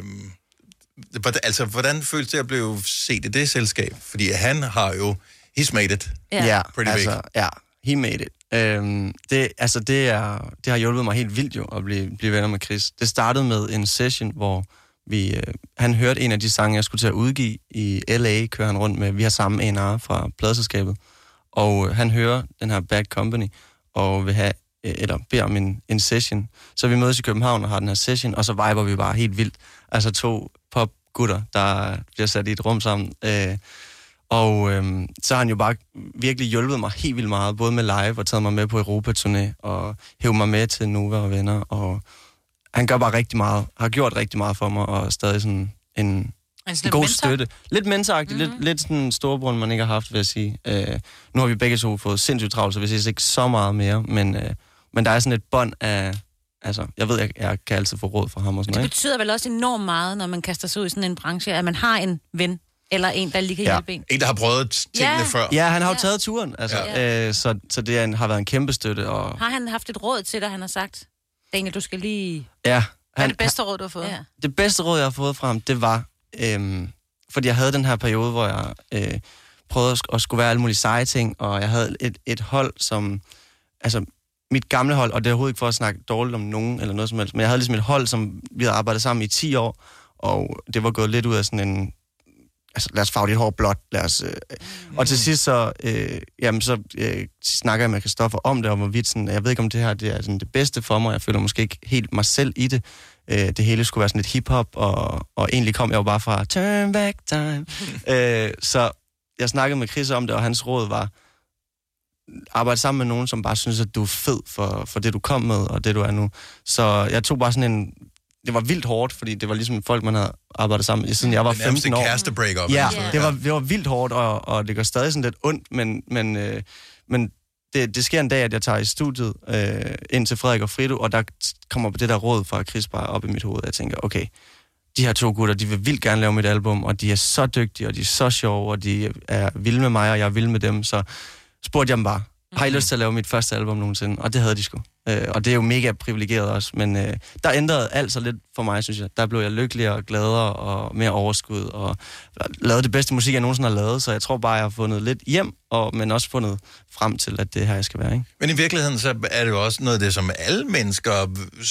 altså, hvordan føles det at blive set i det selskab? Fordi han har jo, he's made it. Ja, ja pretty altså, big. ja, he made it. Øhm, det, altså, det, er, det har hjulpet mig helt vildt jo, at blive, blive venner med Chris. Det startede med en session, hvor vi, øh, han hørte en af de sange, jeg skulle til at udgive i L A, kører han rundt med. Vi har samme A and R fra pladeselskabet. Og øh, han hører den her Bad Company, og vil have, øh, eller beder om en, en session. Så vi mødes i København og har den her session, og så viber vi bare helt vildt. Altså to popgutter, der bliver sat i et rum sammen. Øh, og øh, så har han jo bare virkelig hjulpet mig helt vildt meget, både med live og taget mig med på Europa-turné, og hævet mig med til Nova og Venner, og han gør bare rigtig meget, har gjort rigtig meget for mig, og stadig sådan en, en god mentor. Støtte. Lidt mentoragtigt, mm-hmm. lidt, lidt sådan storebror, man ikke har haft, vil jeg sige. Øh, nu har vi begge to fået sindssygt travlt, så vi ses ikke så meget mere, men, øh, men der er sådan et bånd af... Altså, jeg ved, jeg, jeg kan altid få råd fra ham og sådan noget. Det betyder vel også enormt meget, når man kaster sig ud i sådan en branche, at man har en ven, eller en, der lige kan ja. hjælpe en. En, der har prøvet tingene ja. før. Ja, han har jo ja. taget turen, altså. Ja. Øh, så, så det er en, har været en kæmpe støtte. Og... Har han haft et råd til dig, han har sagt? Daniel, du skal lige... Ja. Han, Hvad er det bedste råd, du har fået? Ja. Det bedste råd, jeg har fået fra ham, det var... Øhm, fordi jeg havde den her periode, hvor jeg øh, prøvede at, at skulle være alle mulige seje ting, og jeg havde et, et hold, som... Altså, mit gamle hold, og det er overhovedet ikke for at snakke dårligt om nogen eller noget som helst, men jeg havde ligesom et hold, som vi havde arbejdet sammen i ti år, og det var gået lidt ud af sådan en, altså lad os farve dit hår blåt, lad os, øh, mm. og til sidst så, øh, jamen så øh, snakker jeg med Christoffer om det, og hvorvidt sådan, jeg ved ikke om det her, det er sådan det bedste for mig, jeg føler måske ikke helt mig selv i det, øh, det hele skulle være sådan lidt hiphop, og, og egentlig kom jeg jo bare fra Turn Back Time, øh, så jeg snakkede med Chris om det, og hans råd var, arbejde sammen med nogen, som bare synes, at du er fed for, for det, du kom med, og det, du er nu. Så jeg tog bare sådan en... Det var vildt hårdt, fordi det var ligesom folk, man havde arbejdet sammen med, siden jeg var femten år. Det er kæreste break-up. Ja, yeah. det, var, det var vildt hårdt, og, og det gør stadig sådan lidt ondt, men, men, øh, men det, det sker en dag, at jeg tager i studiet øh, ind til Frederik og Frido, og der kommer det der råd fra Chris bare op i mit hoved, og jeg tænker, okay, de her to gutter, de vil vildt gerne lave mit album, og de er så dygtige, og de er så sjove, og de er vilde med mig, og jeg er vild med dem, så spurgte jeg dem bare, har I lyst til at lave mit første album nogensinde? Og det havde de sgu. Øh, og det er jo mega privilegeret også, men øh, der ændrede alt så lidt for mig, synes jeg. Der blev jeg lykkeligere og gladere og mere overskud, og lavede det bedste musik, jeg nogensinde har lavet, så jeg tror bare, jeg har fundet lidt hjem, og, men også fundet frem til, at det er her, jeg skal være, ikke? Men i virkeligheden, så er det jo også noget af det, som alle mennesker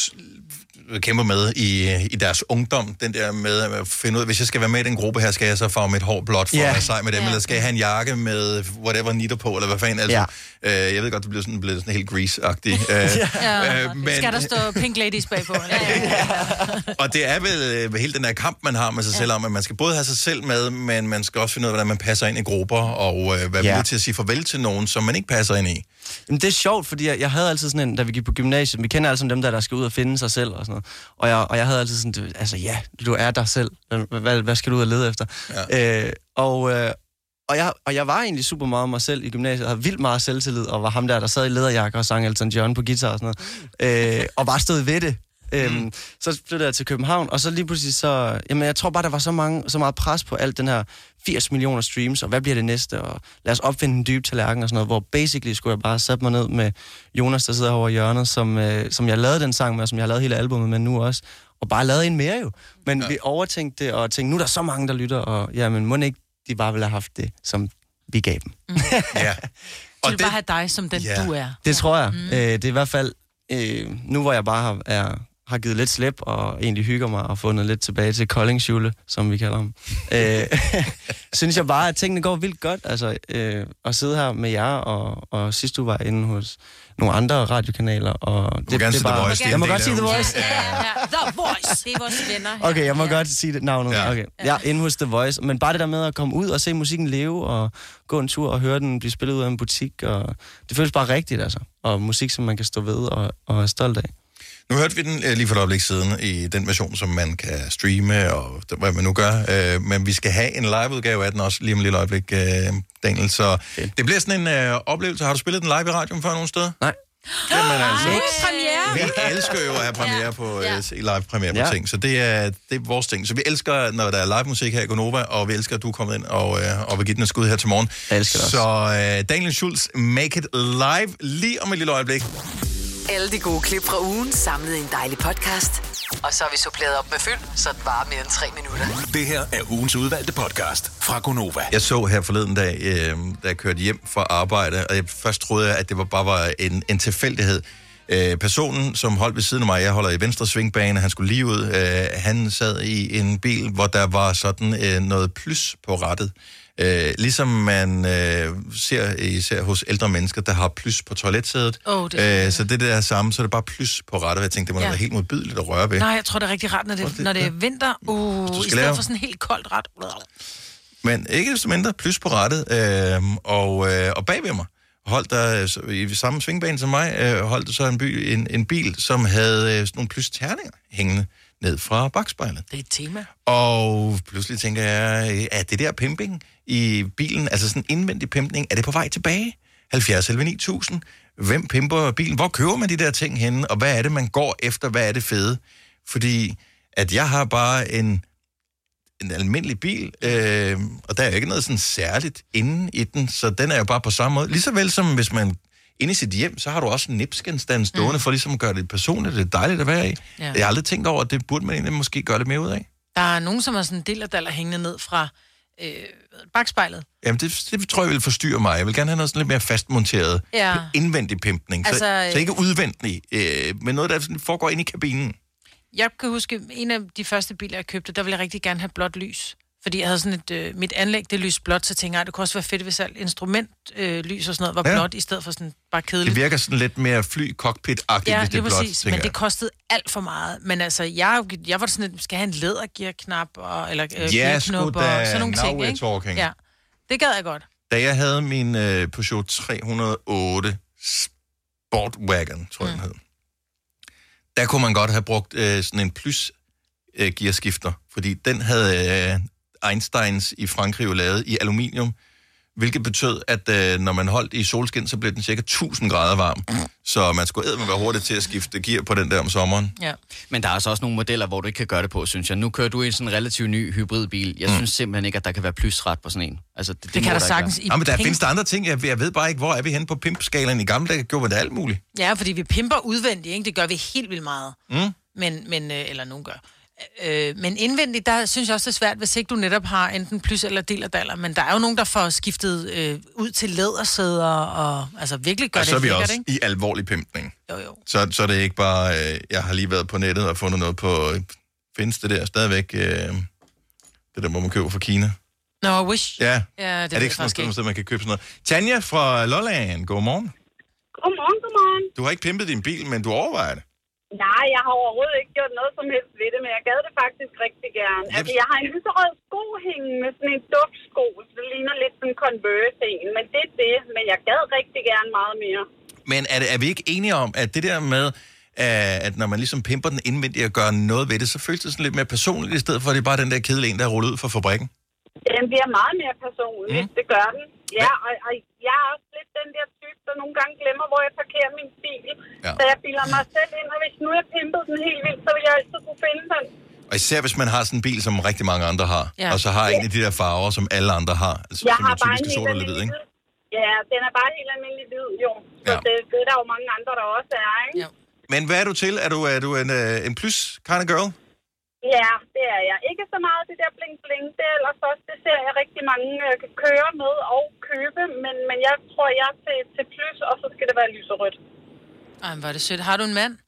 kæmper med i, i deres ungdom. Den der med at finde ud af, hvis jeg skal være med i den gruppe her, skal jeg så farve mit hår blåt for yeah. at være sej med dem, yeah. eller skal jeg have en jakke med whatever nitter på, eller hvad fanden, altså. Yeah. Øh, jeg ved godt, det bliver sådan, bliver sådan helt grease-agtigt. Øh, ja, øh, men... Skal der stå Pink Ladies bagpå? ja, ja. Og det er vel øh, hele den der kamp, man har med sig ja. selv om, at man skal både have sig selv med, men man skal også finde ud af, hvordan man passer ind i grupper, og øh, være yeah. villig til at sige farvel til nogen, som man ikke passer ind i. Jamen, det er sjovt, fordi jeg, jeg havde altid sådan en, da vi gik på gymnasiet, vi kender altså dem der, der skal ud og finde sig selv og sådan noget. Og jeg, og jeg havde altid sådan, altså ja, du er dig selv. Hvad, hvad skal du ud og lede efter? Ja. Øh, og, øh, og, jeg, og jeg var egentlig super meget mig selv i gymnasiet. Jeg havde vildt meget selvtillid, og var ham der, der sad i læderjakke og sang Elton John på guitar og sådan noget. Øh, og bare stod ved det. Øhm, mm. Så flyttede jeg til København, og så lige pludselig så... Jamen, jeg tror bare, der var så, mange, så meget pres på alt den her firs millioner streams, og hvad bliver det næste, og lad os opfinde en dyb tallerken og sådan noget, hvor basically skulle jeg bare sætte mig ned med Jonas, der sidder over hjørnet, som, øh, som jeg lavede den sang med, og som jeg har lavet hele albumet med nu også, og bare lavede en mere jo. Men ja. vi overtænkte det, og tænkte, nu er der så mange, der lytter, og jamen, må ikke de bare ville have haft det, som vi gav dem. Mm. ja. Og de vil det... bare have dig, som den ja. du er. Det tror jeg. Mm. Øh, det er i hvert fald, øh, nu hvor jeg bare har... Er, har givet lidt slip, og egentlig hygger mig, og fundet lidt tilbage til Koldingshjule, som vi kalder ham. øh, synes jeg bare, at tingene går vildt godt, altså, øh, at sidde her med jer, og, og sidst du var inde hos nogle andre radiokanaler, og det, du må det, det bare... The Voice. Jeg må godt sige The Voice. Ja, ja, ja. The Voice, det er vores venner. Okay, jeg må ja. godt sige det navnet. Ja. Okay. Ja, inde hos The Voice. Men bare det der med at komme ud og se musikken leve, og gå en tur og høre den blive spillet ud af en butik, og det føles bare rigtigt, altså. Og musik, som man kan stå ved og, og er stolt af. Nu hørte vi den øh, lige for et øjeblik siden i den version, som man kan streame og hvad man nu gør. Øh, men vi skal have en liveudgave af den også lige om et lille øjeblik, øh, Daniel. Så okay. Det bliver sådan en øh, oplevelse. Har du spillet den live i radioen før nogen steder? Nej. Jamen, altså, premiere. vi elsker jo at have premiere på Ja. ja. live premiere på Ja. ting, så det er, det er vores ting. Så vi elsker, når der er live musik her i Gonova, og vi elsker, at du er kommet ind og, øh, og vil give den et skud her til morgen. Jeg elsker det også. Så øh, Daniel Schultz, Make It Live lige om et lille øjeblik. Alle de gode klip fra ugen samlet i en dejlig podcast. Og så har vi suppleret op med fyld, så det varer mere end tre minutter. Det her er ugens udvalgte podcast fra Gonova. Jeg så her forleden dag, øh, da jeg kørte hjem fra arbejde, og jeg først troede jeg, at det var bare var en, en tilfældighed. Øh, personen, som holdt ved siden af mig, jeg holder i venstre svingbane, han skulle lige ud, øh, han sad i en bil, hvor der var sådan øh, noget plus på rattet. Øh, ligesom man øh, ser især hos ældre mennesker, der har plus på toiletsædet. Oh, det øh, så det der samme, så er det bare plus på rattet. Jeg tænkte, det må ja. Ja. være helt modbydeligt at røre ved. Nej, jeg tror, det er rigtig rart, når det, når det er vinter. Uh, I stedet lave- for sådan helt koldt ret. Men ikke desto mindre, plus på rattet, øh, og, øh, og bagved mig holdt der øh, så- i samme svingbane som mig, øh, holdt der så en, by, en, en bil, som havde øh, sådan nogle plus-terninger hængende ned fra bakspejlet. Det er et tema. Og pludselig tænker jeg, øh, er det der pimping i bilen, altså sådan indvendig pimpning, er det på vej tilbage? halvfjerds elleve ni tusind. Hvem pimper bilen? Hvor køber man de der ting henne? Og hvad er det, man går efter? Hvad er det fede? Fordi at jeg har bare en en almindelig bil, øh, og der er jo ikke noget sådan særligt inde i den, så den er jo bare på samme måde. Ligeså vel som hvis man inde i sit hjem, så har du også en nipsgenstand stående mm. for ligesom at gøre det personligt, det er dejligt at være i. Ja. Jeg har aldrig tænkt over, at det burde man egentlig måske gøre lidt mere ud af. Der er nogen, som har sådan en dillerdaller hængende ned fra øh, bakspejlet. Jamen, det, det tror jeg vil forstyrre mig. Jeg vil gerne have noget sådan lidt mere fastmonteret Ja. indvendig pimpning, altså, Altså, så, så ikke udvendig, øh, men noget, der sådan foregår inde i kabinen. Jeg kan huske, en af de første biler, jeg købte, der ville jeg rigtig gerne have blåt lys. Fordi jeg havde sådan et, øh, mit anlæg, det lys blåt, så tænkte jeg, det kunne også være fedt, hvis alt instrumentlys øh, lys og sådan noget var Ja. blåt, i stedet for sådan bare kedeligt. Det virker sådan lidt mere fly-cockpit-agtigt, Ja, hvis det det er er blot, præcis, men tænker det jeg. kostede alt for meget. Men altså, jeg, jeg var sådan lidt, skal jeg have en lædergearknap, og, eller øh, Ja, gearknop, sgu og da, sådan nogle now ting, we're ikke? talking. Ja, det gad jeg godt. Da jeg havde min øh, Peugeot tre hundrede og otte Sportwagon, tror jeg, mm. den hed, der kunne man godt have brugt øh, sådan en plus øh, gearskifter, fordi den havde øh, Einsteins i Frankrig jo lavet i aluminium, hvilket betød, at øh, når man holdt i solskin, så blev den cirka tusind grader varm. Så man skulle eddermame være hurtigt til at skifte gear på den der om sommeren. Ja. Men der er altså også nogle modeller, hvor du ikke kan gøre det på, synes jeg. Nu kører du i en sådan relativt ny hybridbil. Jeg mm. synes simpelthen ikke, at der kan være plusret på sådan en. Altså, det, det, det kan må der sagtens ikke i Ja, men der pink. findes der andre ting. Jeg, jeg ved bare ikke, hvor er vi henne på pimpskalaen. I gamle dage gjorde man det alt muligt. Ja, fordi vi pimper udvendigt, ikke? Det gør vi helt vildt meget. Mm. Men, men øh, eller nogen gør. Øh, men indvendigt, der synes jeg også, det er svært, hvis ikke du netop har enten plus eller dillerdaller. Men der er jo nogen, der får skiftet øh, ud til lædersæder, og altså virkelig gør Og det så er vi lækkert, også ikke? i alvorlig pimpning. Jo, jo. Så, så er det ikke bare, øh, jeg har lige været på nettet og fundet noget på, øh, findes det der stadigvæk, øh, det der, hvor man køber fra Kina? Nå, Wish. Ja, Ja, det er ved det jeg ikke sådan faktisk noget sted, man kan købe sådan noget? Tanja fra Lolland, godmorgen. Godmorgen, godmorgen. Du har ikke pimpet din bil, men du overvejer det. Nej, jeg har overhovedet ikke gjort noget som helst ved det, men jeg gad det faktisk rigtig gerne. Altså, jeg har en lyserød sko hængende med sådan en duftsko, så det ligner lidt sådan en Converse-en, men det er det. Men jeg gad rigtig gerne meget mere. Men er, det, er vi ikke enige om, at det der med, øh, at når man ligesom pimper den indvendigt og gør noget ved det, så føles det sådan lidt mere personligt, i stedet for at det er bare den der kedelige en, der er rullet ud fra fabrikken? Den bliver meget mere personlig, mm. det gør den. Ja, og, og jeg er også lidt den der type, der nogle gange glemmer, hvor jeg parkerer min bil. Ja. Så jeg bilder mig selv ind, og hvis nu jeg pimpet den helt vildt, så vil jeg altid kunne finde den. Og især hvis man har sådan en bil, som rigtig mange andre har, Ja. og så har en af de der farver, som alle andre har. Altså, Jeg som har er bare typisk en sort helt eller hvid, ikke? almindelig hvid. Ja, den er bare helt almindelig hvid, jo. Så Ja. det, det er der jo mange andre, der også er, ikke? Jo. Men hvad er du til? Er du, er du en, uh, en plus kind of girl? Ja, det er jeg. Ikke så meget det der bling-bling. Det er ellers også, det ser jeg rigtig mange øh, køre med og købe. Men, men jeg tror, jeg er til, til plus, og så skal det være lyserødt. Ej, men hvor er det sødt. Har du en mand?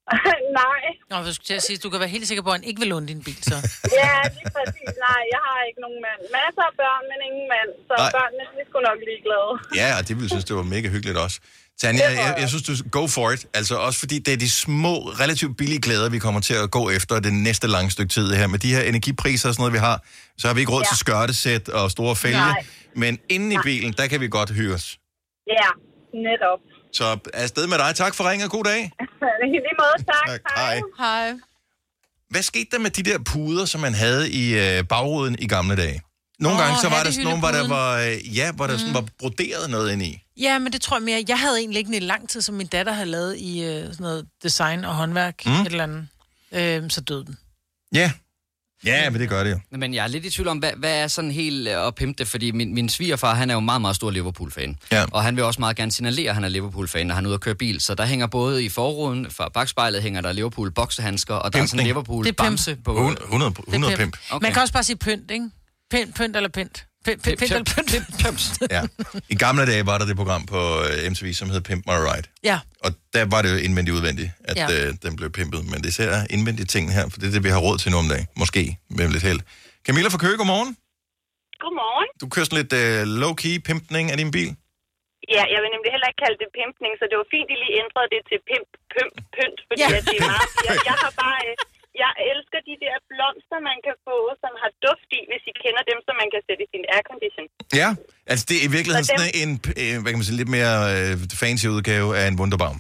Nej. Nå, jeg skulle til at sige, du kan være helt sikker på, at han ikke vil låne din bil, så. Ja, lige præcis. Nej, jeg har ikke nogen mand. Masser af børn, men ingen mand. Så Nej. børnene er sgu nok ligeglade. Ja, og det ville synes, det var mega hyggeligt også. Tanja, jeg, jeg, jeg synes, du go for it. Altså også fordi det er de små, relativt billige glæder, vi kommer til at gå efter det næste lange stykke tid her. Med de her energipriser og sådan noget, vi har, så har vi ikke råd ja. til skørtesæt og store fælge. Nej. Men inde i bilen, der kan vi godt hygge os. Ja, netop. Så afsted med dig. Tak for ringet. God dag. I lige måde, tak. Tak. Hej. Hej. Hvad skete der med de der puder, som man havde i øh, bagruden i gamle dage? Nogle Åh, gange så var der sådan nogle, hvor der hattehyllepuden. var, øh, ja, hvor der mm. sådan var broderet noget ind i. Ja, men det tror jeg mere. Jeg havde egentlig liggende i lang tid, som min datter havde lavet i øh, sådan noget design og håndværk. Mm. Et eller andet. Øh, så døde den. Ja. Ja, men det gør det jo. Men jeg er lidt i tvivl om, hvad, hvad er sådan helt øh, at pimpe det, fordi min, min svigerfar, han er jo meget, meget stor Liverpool-fan. Ja. Og han vil også meget gerne signalere, at han er Liverpool-fan, når han er ude at køre bil. Så der hænger både i forruden, fra bagspejlet hænger der Liverpool-boksehandsker, og der er sådan en Liverpool-bamse på. hundrede, hundrede pimp. Okay. Man kan også bare sige pynt, ikke? Pynt, pynt eller pynt. Pynt, pynt, pynt eller pynt. Ja. I gamle dage var der det program på M T V, som hed Pimp My Ride. Ja. Og der var det jo indvendigt udvendigt, at Ja. øh, den blev pimpet. Men det er især indvendige ting her, for det er det, vi har råd til nu om dagen. Måske med lidt held. Camilla fra Køge, godmorgen. Godmorgen. Du kører sådan lidt øh, low-key pimpning af din bil. Ja, jeg vil nemlig heller ikke kalde det pimpning, så det var fint, at I lige ændrede det til pimp, pimp, pynt, fordi Ja. at det er meget... Jeg, jeg har bare... øh, Jeg elsker de der blomster, man kan få, som har duft i, hvis I kender dem, som man kan sætte i sin aircondition. Ja, altså det er i virkeligheden Så dem- sådan en, øh, hvad kan man sige, lidt mere øh, fancy udgave af en Wunderbaum.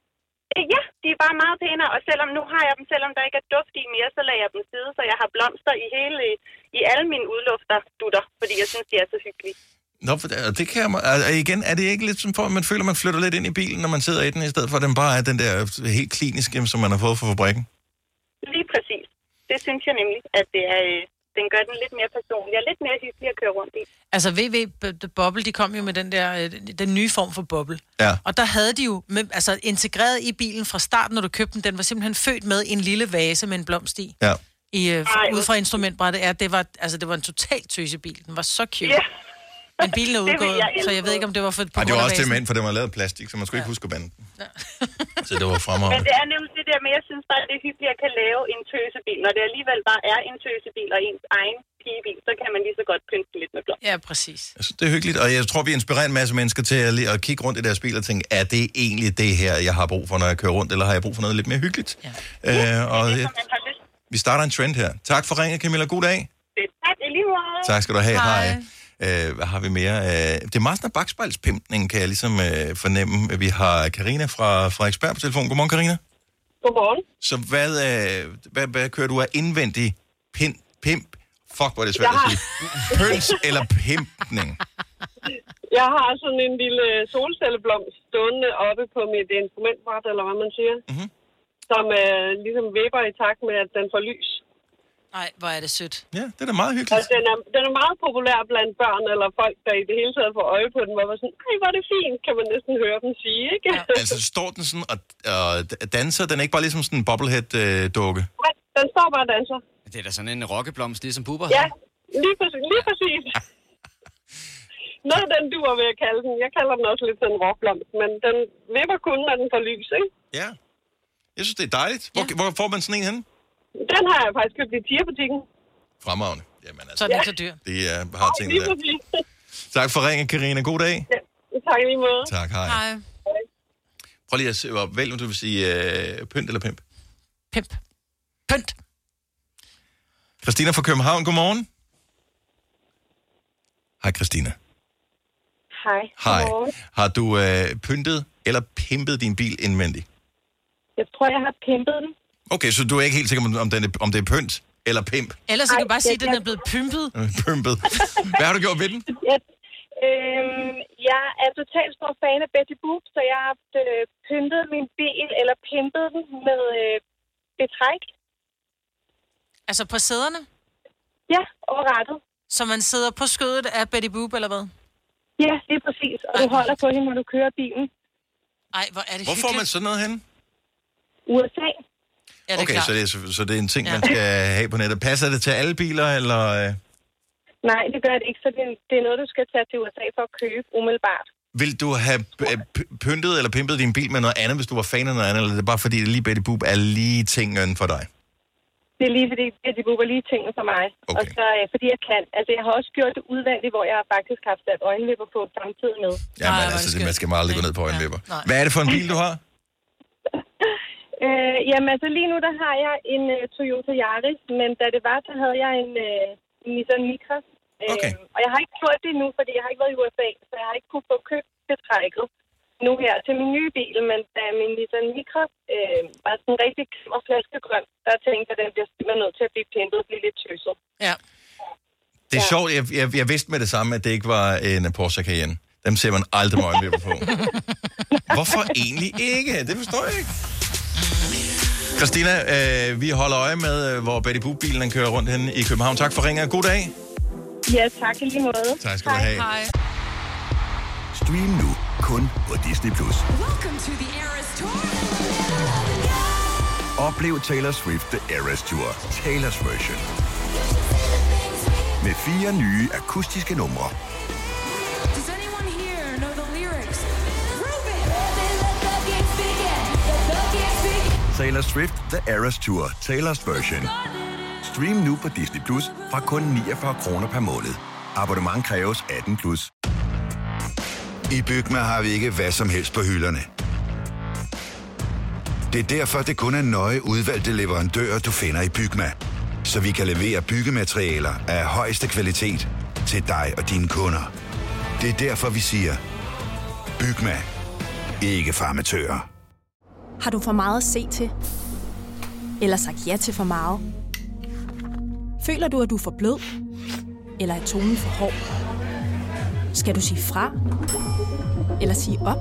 Øh, Ja, de er bare meget pænere, og selvom nu har jeg dem, selvom der ikke er duft i mere, så lader jeg dem sidde, så jeg har blomster i hele, i alle mine udlufter, dutter, fordi jeg synes, de er så hyggelige. Nå, for det, det kan jeg, og igen, er det ikke lidt som for, at man føler, at man flytter lidt ind i bilen, når man sidder i den, i stedet for at den bare er den der helt kliniske, som man har fået fra fabrikken? Lige præcis. Det synes jeg nemlig, at det er, øh, den gør den lidt mere personlig og lidt mere hyggelig at køre rundt i. Altså V V B- Bobble, de kom jo med den der, øh, den nye form for boble. Ja. Og der havde de jo med, altså integreret i bilen fra starten, når du købte den, den var simpelthen født med en lille vase med en blomst i. Ja. I, øh, ud fra instrumentbrættet. Ja, det var, altså, det var en total tøsebil. Den var så cute. Ja. Men bilen er Det vil udgået, jeg så jeg elske. ved ikke, om det var for på Og det grund var af også til vasen. mænd, for den var lavet af plastik, så man skulle ikke huske at bande den. Så det var fremragende. Men det er nemlig det der med, jeg synes bare, det er hyggeligt at kan lave en tøsebil. Når det alligevel bare er en tøsebil og ens egen pigebil, så kan man lige så godt pynte den lidt med blomster. Ja, præcis. Altså, det er hyggeligt, og jeg tror, vi inspirerer en masse mennesker til at, li- at kigge rundt i deres bil og tænke, er det egentlig det her, jeg har brug for, når jeg kører rundt, eller har jeg brug for noget lidt mere hyggeligt? Ja. Øh, og ja, vi starter en trend her. Tak for ringet, Camilla. God dag. Tak, i lige måde. Tak skal du have. Hej. Øh, hvad har vi mere? Øh, det er meget sådan en bagspejlspimpning, kan jeg ligesom øh, fornemme. Vi har Karina fra Frederiksberg på telefon. Godmorgen, Karina. Godmorgen. Så hvad, øh, hvad, hvad kører du af indvendig pin, pimp? Fuck, hvor er det svært Jeg at har- sige. Pøns eller pimpning? Jeg har sådan en lille solcelleblomst stående oppe på mit instrumentbræt, eller hvad man siger, mm-hmm. som øh, ligesom vipper i takt med, at den får lys. Nej, hvor er det sødt. Ja, det er da meget hyggeligt. Altså, den, er, den er meget populær blandt børn eller folk, der i det hele taget får øje på den, hvor man sådan, ej, hvor er det fint, kan man næsten høre dem sige, ikke? Ja. Altså, står den sådan og, og danser? Den er ikke bare ligesom sådan en bobblehead-dukke? Nej, den står bare og danser. Det er da sådan en rokkeblomst, ligesom Bubber. Ja, lige præcis. Lige præcis. Noget af den duer, vil jeg kalde den. Jeg kalder den også lidt sådan en rockblomst, men den vipper kun, når den får lys, ikke? Ja. Jeg synes, det er dejligt. Hvor, ja. hvor får man sådan en hen? Den har jeg faktisk købt i Tier-butikken. Fremragende. Jamen, altså, Så er den ikke så dyr. det er, har ting Lige der. præcis. Tak for ringen, Karina. God dag. Ja, tak i lige måde. Tak, hej. Hej. Prøv lige at se, vælg, om du vil sige øh, pynt eller pimp. Pimp. Pynt. Christina fra København, godmorgen. Hej, Christina. Hej. Hej. Godmorgen. Har du øh, pyntet eller pimpet din bil indvendigt? Jeg tror, jeg har pimpet den. Okay, så du er ikke helt sikker, om, den er, om det er pynt eller pimp? Ellers kan Ej, du bare sige, jeg- at den er jeg- blevet pympet. Pympet. Hvad har du gjort ved den? Jeg, øhm, jeg er totalt stor fan af Betty Boop, så jeg har haft øh, pyntet min bil, eller pimpet den med øh, betræk. Altså på sæderne? Ja, overrettet. Så man sidder på skødet af Betty Boop, eller hvad? Ja, lige præcis. Og du holder på hende, når du kører bilen. Ej, hvor er det Hvor får man sådan noget hen? U S A. Ja, det er Okay, klart. så det, er, så det er en ting, man skal have på nettet. Passer det til alle biler, eller... øh? Nej, det gør det ikke, så det, det er noget, du skal tage til U S A for at købe umiddelbart. Vil du have øh, p- pyntet eller pimpet din bil med noget andet, hvis du var fan af noget andet, eller er det bare fordi, at lige Betty Boop er lige tingen for dig? Det er lige fordi, Betty Boop er lige tingene for mig. Okay. Og så øh, fordi jeg kan. Altså, jeg har også gjort det udvendigt, hvor jeg har faktisk haft sat øjenvipper på samtidig med. Ja, men altså, det, man skal meget aldrig gå ned på øjenvipper. Nej. Hvad er det for en bil, du har? Øh, jamen altså lige nu, der har jeg en uh, Toyota Yaris, men da det var, så havde jeg en uh, Nissan Micra. Øh, Okay. Og jeg har ikke gjort det endnu, fordi jeg har ikke været i U S A, så jeg har ikke kunnet få købt betrækket. nu her til min nye bil, men da min Nissan Micra øh, var sådan rigtig klam og flaskegrøn, der tænkte jeg, at den bliver simpelthen nødt til at blive pimpet og blive lidt tøset. Ja. Det er ja. sjovt, jeg, jeg, jeg vidste med det samme, at det ikke var en Porsche Cayenne. Dem ser man aldrig med øjenvipper på. Hvorfor egentlig ikke? Det forstår jeg ikke. Christina, øh, vi holder øje med, hvor Betty Boop-bilen kører rundt henne i København. Tak for ringen. God dag. Ja, tak i lige måde. Tak skal du have. Hej. Stream nu kun på Disney plus. Oplev Taylor Swift The Eras Tour, Taylor's version. Med fire nye akustiske numre. Taylor Swift The Eras Tour, Taylor's version. Stream nu på Disney plus fra kun niogfyrre kroner per måned. Abonnement kræves atten plus. I Bygma har vi ikke hvad som helst på hylderne. Det er derfor, det kun er nøje udvalgte leverandører, du finder i Bygma. Så vi kan levere byggematerialer af højeste kvalitet til dig og dine kunder. Det er derfor, vi siger, Bygma. Ikke farmatører. Har du for meget at se til? Eller sagt ja til for meget? Føler du, at du er for blød? Eller er tonen for hård? Skal du sige fra? Eller sige op?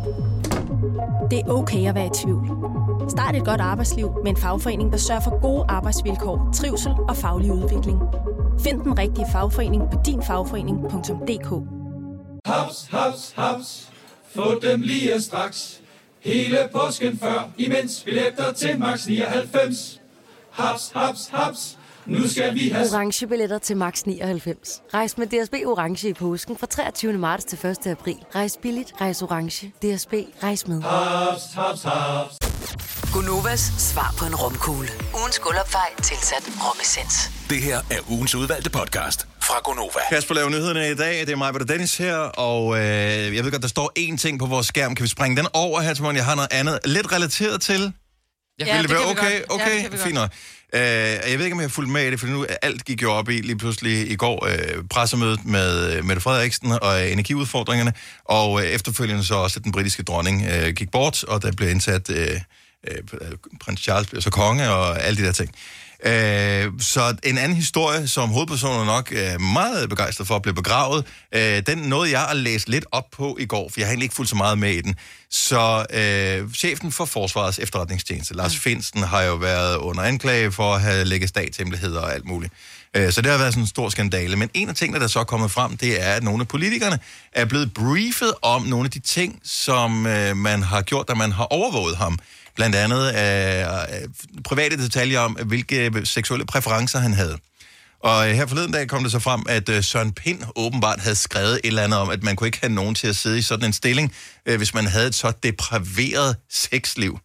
Det er okay at være i tvivl. Start et godt arbejdsliv med en fagforening, der sørger for gode arbejdsvilkår, trivsel og faglig udvikling. Find den rigtige fagforening på din fagforening punktum d k. Haps, haps, haps. Få dem lige straks. Hele påsken før, imens billetter til max nioghalvfems. Haps, haps, haps. Nu skal vi have orange billetter til max nioghalvfems. Rejs med D S B orange i påsken fra treogtyvende marts til første april. Rejs billigt, rejs orange. D S B, rejs med. Haps, haps, haps. Gunovas svar på en romkugle. Ugens guldopfej tilsat romessens. Det her er ugens udvalgte podcast fra Gonova. Kasper laver nyhederne i dag. Det er mig, og Dennis her. Og øh, jeg ved godt, der står én ting på vores skærm. Kan vi springe den over her til morgen? Jeg har noget andet lidt relateret til. Ja, Vil det, det være okay? Ja, Okay, det fint nok. Uh, jeg ved ikke, om jeg har fulgt med i det, for nu alt gik jo op i lige pludselig i går uh, pressemødet med uh, Mette Frederiksen og energiudfordringerne, og uh, efterfølgende så også, at den britiske dronning uh, gik bort, og der blev indsat uh, uh, prins Charles blev så konge og alle de der ting. Uh, så en anden historie, som hovedpersonen nok er meget begejstret for at blive begravet, uh, den nåede jeg at læse lidt op på i går, for jeg har egentlig ikke fulgt så meget med i den. Så uh, chefen for Forsvarets efterretningstjeneste, Lars Findsen, har jo været under anklage for at have lægget statshemmeligheder og alt muligt. Uh, så det har været sådan en stor skandale. Men en af tingene, der så er kommet frem, det er, at nogle af politikerne er blevet briefet om nogle af de ting, som uh, man har gjort, da man har overvåget ham. Blandt andet øh, private detaljer om, hvilke seksuelle præferencer han havde. Og øh, her forleden dag kom det så frem, at øh, Søren Pind åbenbart havde skrevet et eller andet om, at man kunne ikke have nogen til at sidde i sådan en stilling, øh, hvis man havde et så depraveret sexliv.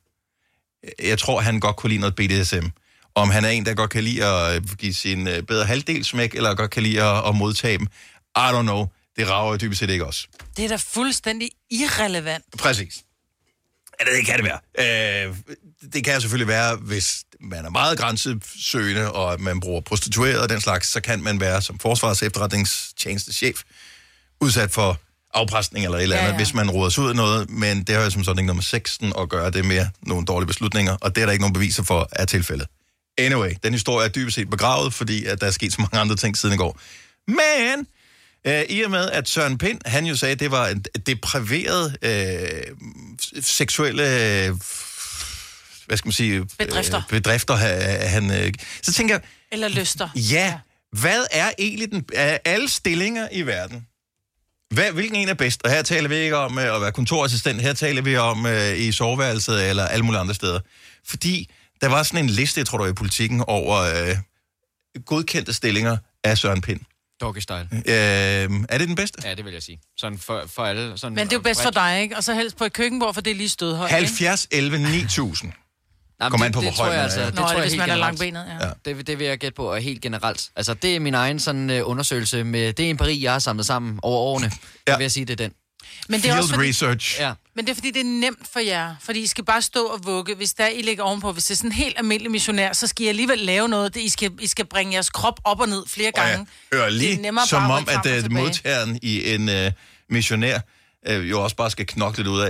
Jeg tror, han godt kunne lide noget B D S M. Om han er en, der godt kan lide at give sin øh, bedre halvdel smæk, eller godt kan lide at, at modtage dem. I don't know. Det rager jo dybest set ikke også. Det er da fuldstændig irrelevant. Præcis. Ja, det kan det være. Øh, det kan selvfølgelig være, hvis man er meget grænsesøgende, og man bruger prostitueret og den slags, så kan man være som forsvars efterretningstjenestechef udsat for afpresning eller et eller andet, ja, ja. Hvis man råder sig ud af noget, men det har jo som sådan ikke noget med sexen at gøre, det med nogle dårlige beslutninger, og det er der ikke nogen beviser for, er tilfældet. Anyway, den historie er dybest set begravet, fordi at der er sket så mange andre ting siden i går. Men Uh, i og med, at Søren Pind, han jo sagde, at det var en depraveret uh, seksuelle, uh, hvad skal man sige? Bedrifter. Uh, bedrifter, uh, han, uh, så tænker jeg... Eller lyster. Ja, ja. Hvad er egentlig den, uh, alle stillinger i verden? Hvad, hvilken en er bedst? Og her taler vi ikke om uh, at være kontorassistent, her taler vi om uh, i soveværelset eller alle mulige andre steder. Fordi der var sådan en liste, jeg tror, der var i Politikken, over uh, godkendte stillinger af Søren Pind. Doggy style. Øh, er det den bedste? Ja, det vil jeg sige. Sådan for, for alle. Sådan Men det er jo bedst for dig, ikke? Og så helst på et køkkenbord, for det er lige stødhøjt. halvfjerds elleve ni tusind. Kom an på, hvor høj man er. Altså, det Nå, tror jeg hvis helt man er generelt. langbenet, ja. ja. Det, det vil jeg gætte på, og helt generelt. Altså, det er min egen sådan, uh, undersøgelse med det empiri, jeg har samlet sammen over årene. Ja. Jeg vil sige, det er den. Men det er Field også fordi, research. Ja. Men det er fordi, det er nemt for jer. Fordi I skal bare stå og vugge. Hvis der I ligger ovenpå, hvis det er sådan en helt almindelig missionær, så skal I alligevel lave noget. I skal, I skal bringe jeres krop op og ned flere gange. Og jeg hører lige, som om, at uh, tilbage. modtageren i en uh, missionær uh, jo også bare skal knokle lidt ud af.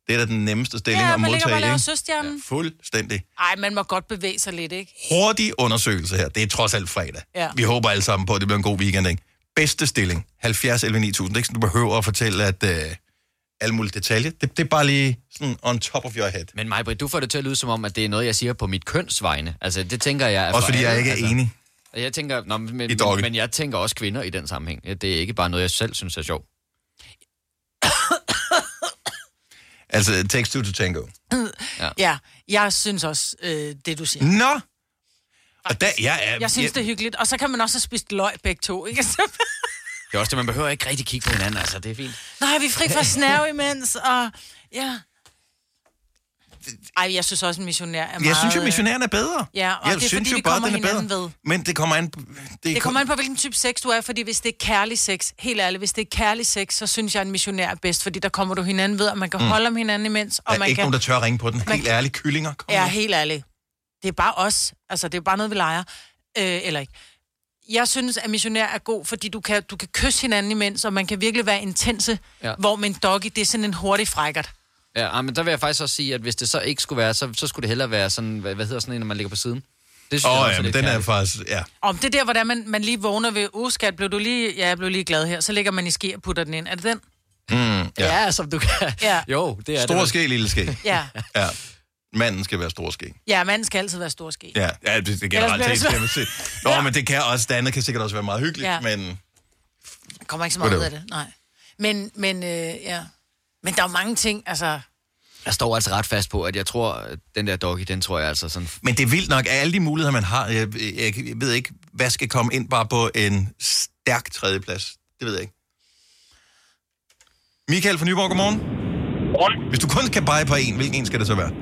Det er da den nemmeste stilling Ja, at man ligger modtage, bare og laver ikke? søstjernen. Ja, fuldstændig. Ej, man må godt bevæge sig lidt, ikke? Hurtig undersøgelse her. Det er trods alt fredag. Ja. Vi håber alle sammen på, at det bliver en god weekend, ikke? Bedste stilling. halvfjerds elleve ni tusind. Det er ikke sådan, du behøver at fortælle, at øh, alle mulige detaljer. Det, det er bare lige sådan on top of your head. Men Maj-Brit, du får det til at lyde som om, at det er noget, jeg siger på mit kønsvegne. Altså, det tænker jeg... Også fordi jeg ikke er altså, enig. Jeg tænker, nå, men, men, doggy. men jeg tænker også kvinder i den sammenhæng. Det er ikke bare noget, jeg selv synes er sjovt. Altså, takes two to tango. Ja, ja jeg synes også, øh, det du siger. Nå! Og der, jeg, er, Jeg synes, jeg, det er hyggeligt. Og så kan man også have spist løg begge to, ikke? Det er også det, man behøver ikke rigtig kigge på hinanden, altså, det er fint. Nej, vi er fri for snæv imens, og ja... Ej, jeg synes også, en missionær er meget... Jeg synes jo, missionæren er bedre. Ja, og jeg det er synes fordi, jo vi bare, kommer den er hinanden bedre. ved. Men det kommer an... Det, det kommer an på, hvilken type sex du er, fordi hvis det er kærlig sex, helt ærligt, hvis det er kærlig sex, så synes jeg, at en missionær er bedst, fordi der kommer du hinanden ved, og man kan Mm. holde om hinanden imens, og Der er man ikke kan... nogen, der tør ringe på den. Man- Helt ærligt, kyllinger. Kom Ja, nu. helt ærligt. Det er bare os. Altså, det er bare noget, vi leger. Øh, eller ikke. Jeg synes, at missionær er god, fordi du kan, du kan kysse hinanden imens, og man kan virkelig være intense, Ja. ja. hvor med en doggy, det er sådan en hurtig frækkert. Ja, men der vil jeg faktisk også sige, at hvis det så ikke skulle være, så, så skulle det hellere være sådan, hvad, hvad hedder sådan en, når man ligger på siden? Det Åh, jeg oh, også ja, men lidt den er kærligt. faktisk... Ja. Om det er der, hvor der man, man lige vågner ved, uh, skat, blev du lige... Ja, jeg blev lige glad her. Så lægger man i ske og putter den ind. Er det den? Mm, ja. Ja, som du kan. Ja. Jo, det er Stor det. ske, lille ske. Ja. Ja. Manden skal være stor ske. Ja, manden skal altid være stor ske. Ja, ja det, det Ellers generelt bliver det set, kan man sige. Nå, ja. men det kan også, det andet kan sikkert også være meget hyggeligt, Ja. men... Der kommer ikke så meget ud Whatever. af det, nej. Men, men, øh, ja. Men der er jo mange ting, altså... Jeg står altså ret fast på, at jeg tror, at den der doggy, den tror jeg altså sådan... Men det er vildt nok, af alle de muligheder, man har. Jeg, jeg, jeg ved ikke, hvad skal komme ind bare på en stærk tredjeplads. Det ved jeg ikke. Michael fra Nyborg, godmorgen. Godmorgen. Hvis du kun kan pege på en, hvilken en skal det så være?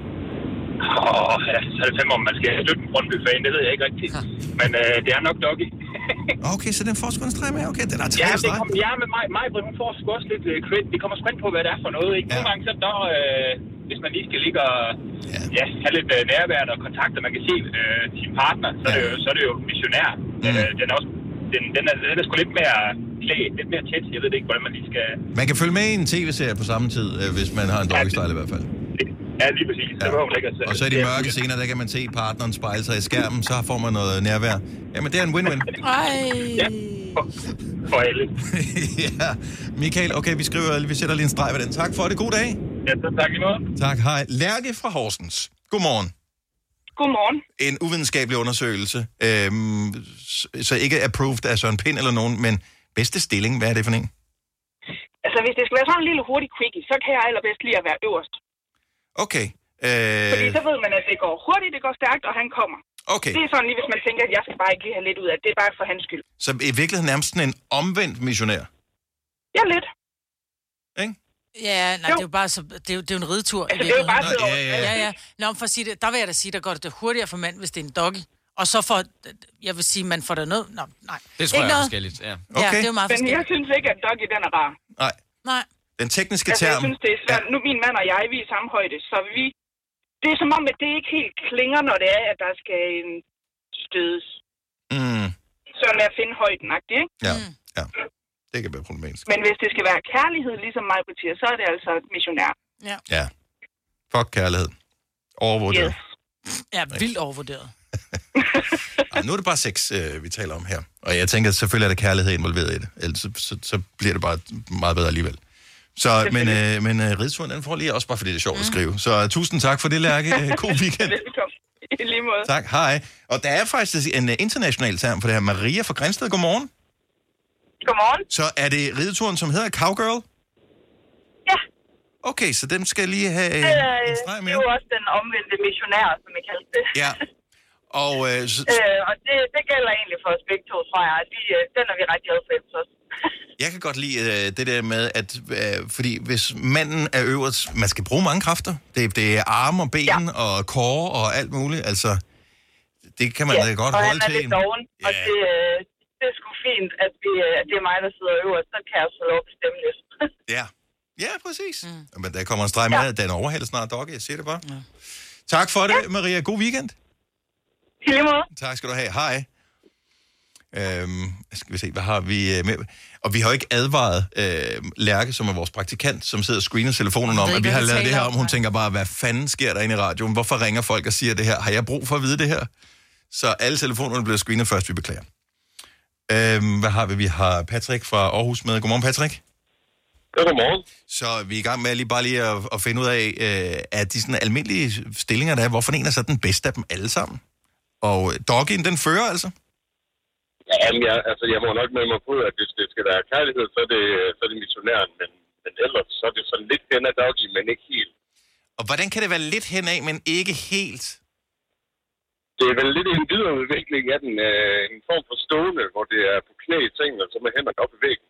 Åh, ja, så er det fandme, om man skal støtte en Brøndby-fan, det ved jeg ikke rigtigt. Men øh, det er nok doggy. Okay, så den får sgu en streg med. Okay, den er tre Ja, det streg. kom, ja, men mig, mig, hun får sgu også lidt uh, credit. Vi kommer spændt på, hvad det er for noget. Ikke? Nogle gange, så der, øh, hvis man lige skal ligge og ja. Ja, have lidt uh, nærværende og kontakter, man kan se uh, sin partner, så, ja. er det jo, så er det jo missionær. Mm. Uh, den er også, den, den, er, den er sgu lidt mere klædt, lidt mere tæt. Jeg ved ikke, hvordan man lige skal... Man kan følge med i en tv-serie på samme tid, øh, hvis man har en doggy-style i hvert fald. Ja, lige præcis. Ja. Det behøver man ikke at... Og så i de mørke scener, der kan man se partneren spejle sig i skærmen, så får man noget nærvær. Jamen, det er en win-win. Ej. Ja, for, for alle. Ja, Michael, okay, vi skriver, vi sætter lige en streg ved den. Tak for det. God dag. Ja, så tak i måde. Tak, hej. Lærke fra Horsens. Godmorgen. Godmorgen. En uvidenskabelig undersøgelse, øhm, så- så ikke approved af Søren Pind eller nogen, men bedste stilling, hvad er det for en? Altså, hvis det skal være sådan en lille hurtig quickie, så kan jeg allerbedst lide at være øverst. Okay. Øh, Fordi så ved man, at det går hurtigt, det går stærkt, og han kommer. Okay. Det er sådan lige, hvis man tænker, at jeg skal bare ikke lige have lidt ud af det. Det er bare for hans skyld. Så i virkeligheden nærmest sådan en omvendt missionær. Ja, lidt. Ikke? Ja, nej, jo. det er jo bare så, det er jo, det er jo en ridetur. Altså, det er jo bare Nå, sådan ja, ja, ja, ja. Nå, for at sige det, der vil jeg da sige, der går det hurtigere for mand, hvis det er en doggy. Og så får, jeg vil sige, man får der noget. Nå, nej. Det tror ikke jeg er noget. forskelligt, ja. Ja, det er jo meget Men jeg forskelligt. synes ikke, at doggy, den er rar. Nej. Nej. Den tekniske Altså, jeg term. synes, det er svært. Nu min mand og jeg, vi er i samme højde, så vi... Det er som om, at det ikke helt klinger, når det er, at der skal en stødes. Mm, Sådan med at finde højden, ikke? ja, ja. Det kan være problematisk. Men hvis det skal være kærlighed, ligesom mig, Britia, så er det altså missionær. Ja. Ja. Fuck kærlighed. Overvurderet. Yes. Ja, vildt overvurderet. Ej, nu er det bare sex, øh, vi taler om her. Og jeg tænker, at selvfølgelig er der kærlighed involveret i det. Ellers så, så, så bliver det bare meget bedre alligevel. Så, men, øh, men øh, ridturen, den får lige også bare, fordi det er sjovt mm. at skrive. Så uh, tusind tak for det, Lærke. God weekend. Velkommen. I lige måde. Tak, hej. Og der er faktisk en uh, international term for det her. Maria fra Grænsted, godmorgen. Godmorgen. Så er det rideturen, som hedder Cowgirl? Ja. Okay, så den skal lige have øh, Øh, en streg det med. er jo også den omvendte missionær, som jeg kaldte det. Ja. Og, øh, så, Øh, og det, det gælder egentlig for os begge to, tror jeg. De, øh, den er vi ret glade for hos os. jeg kan godt lide øh, det der med, at øh, fordi hvis manden er øverst, man skal bruge mange kræfter. Det, det er arme og ben ja. og kåre og alt muligt. Altså, det kan man ja, da godt og holde han er til. lidt doven, Ja. og det, øh, det er sgu fint, at, vi, øh, at det er mig, der sidder øverst. Så kan jeg også få lov at bestemme lidt. Ja, ja, præcis. Mm. Men der kommer en streg med, Ja. at den overhælder snart dog. Jeg siger det bare. Ja. Tak for det, Maria. God weekend. I lige måde. Tak skal du have. Hej. Øhm, skal vi se, hvad har vi øh, med? Og vi har jo ikke advaret øh, Lærke, som er vores praktikant, som sidder og screener telefonen om, at vi har lavet det her om. Hun tænker bare, hvad fanden sker der inde i radioen? Hvorfor ringer folk og siger det her? Har jeg brug for at vide det her? Så alle telefonerne bliver screenet først, vi beklager. Øhm, hvad har vi? Vi har Patrick fra Aarhus med. Godmorgen, Patrick. Ja, godmorgen. Så vi er i gang med lige bare lige at, at finde ud af, øh, at de sådan almindelige stillinger, der er, hvorfor en er så den bedste af dem alle sammen? Og Doggien, den fører altså? Jamen, jeg, altså, jeg må nok med mig på, at hvis det skal være kærlighed, så er det, så er det missionæren, men, men ellers så er det sådan lidt hen ad Doggien, men ikke helt. Og hvordan kan det være lidt hen af, men ikke helt? Det er vel lidt en videreudvikling af den, øh, en form for stående, hvor det er på knæ i sengen, og så med hænderne op i væggen.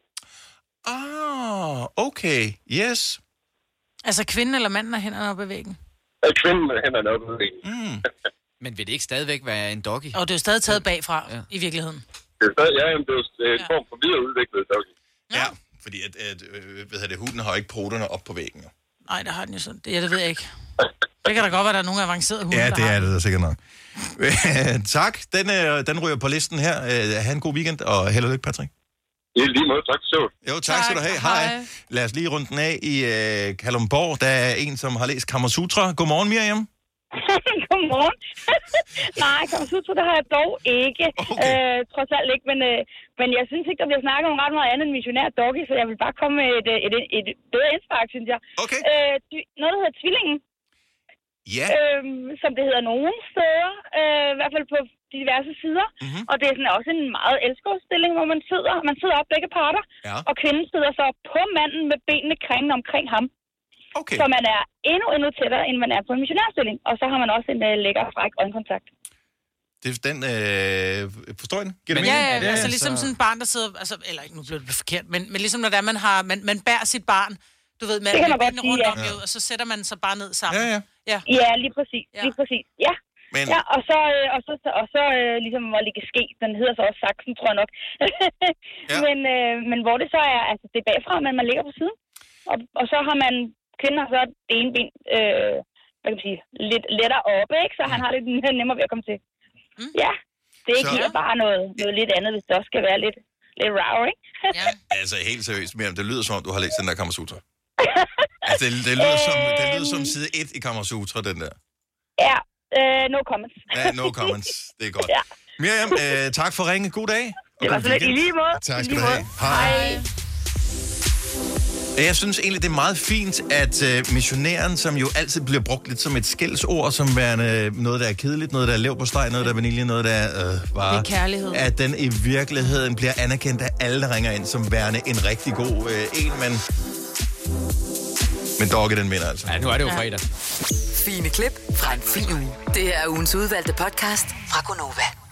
Ah, okay. Yes. Altså kvinden eller manden har hænderne op i væggen? Ja, kvinden med hænderne op i væggen. Mm. Men vil det ikke stadigvæk være en doggy? Og det er jo stadig taget bagfra, ja. I virkeligheden. Det er stadig, ja, det er en ja. form for videreudviklet doggy. Ja, ja fordi at, at, øh, ved jeg, hunden har ikke poterne op på væggen. Jo. Nej, det har den jo sådan. Det, ja, det ved jeg ikke. Det kan da godt være, der er nogle avancerede hunde, ja, det er det der sikkert nok. Tak, den, øh, den ryger på listen her. Øh, ha' en god weekend, og held og lykke, Patrick. I lige måde, tak så. Jo, tak, tak skal du have. Hej. Hej. Lad os lige runde den af i øh, Kalundborg. Der er en, som har læst Kamasutra. Godmorgen, Miriam. Godmorgen. Nej, Kamasutra, det har jeg dog ikke. Okay. Øh, trods alt ikke, men, øh, men jeg synes ikke, der bliver snakket om ret meget andet end missionær doggy, så jeg vil bare komme med et, et, et, et bedre indspark, synes jeg. Okay. Øh, noget, der hedder Tvillingen. Ja. Øhm, som det hedder nogle steder, øh, i hvert fald på diverse sider. Mm-hmm. Og det er sådan også en meget elskovsstilling, hvor man sidder. Man sidder op begge parter, ja. Og kvinden sidder så på manden med benene kringende omkring ham. Okay. Så man er endnu, endnu tættere, end man er på en missionærstilling. Og så har man også en uh, lækker, fræk øjenkontakt. Det er den, øh, forstår I den? Giver men, ja, ja, ja, altså ligesom så... sådan et barn, der sidder, altså, eller ikke, nu blev det forkert, men, men ligesom når der man har, man, man bærer sit barn, du ved, med benene rundt om, ja. Og så sætter man sig bare ned sammen. Ja, ja. Ja, ja lige præcis, ja. lige præcis, ja. Men... Ja, og så, og så, og så øh, ligesom hvor ligge ske, den hedder så også saksen, tror jeg nok. ja. men, øh, men hvor det så er, altså det er bagfra, men man ligger på siden. Og, og så har man, kvinden har så det ene ben, øh, hvad kan man sige, lidt lettere oppe, ikke? Så han har lidt nemmere ved at komme til. Mm. Ja, det giver så... bare noget, noget lidt andet, hvis det også skal være lidt, lidt raw, ikke? ja. Altså helt seriøst, Miriam, det lyder som om, du har læst den der Kamasutra. altså, det, det, lyder som, det lyder som side et i Kamasutra, den der. Ja, uh, no comments. ja, no comments. Det er godt. ja. Miriam, uh, tak for ringen. God dag. Det var så lidt i lige måde. Tak skal du have. Hej. Hej. Jeg synes egentlig, det er meget fint, at uh, missionæren, som jo altid bliver brugt lidt som et skældsord, som værende noget, der er kedeligt, noget, der er leverpostej, noget, der er vanilje, noget, der er øh, bare... Det er kærlighed. At den i virkeligheden bliver anerkendt af alle, der ringer ind, som værende en rigtig god øh, en, men... Men Dogge, den vinder altså. Ja, nu er det jo fredag. Fine klip fra en fin uge. Det her er ugens udvalgte podcast fra Gonova.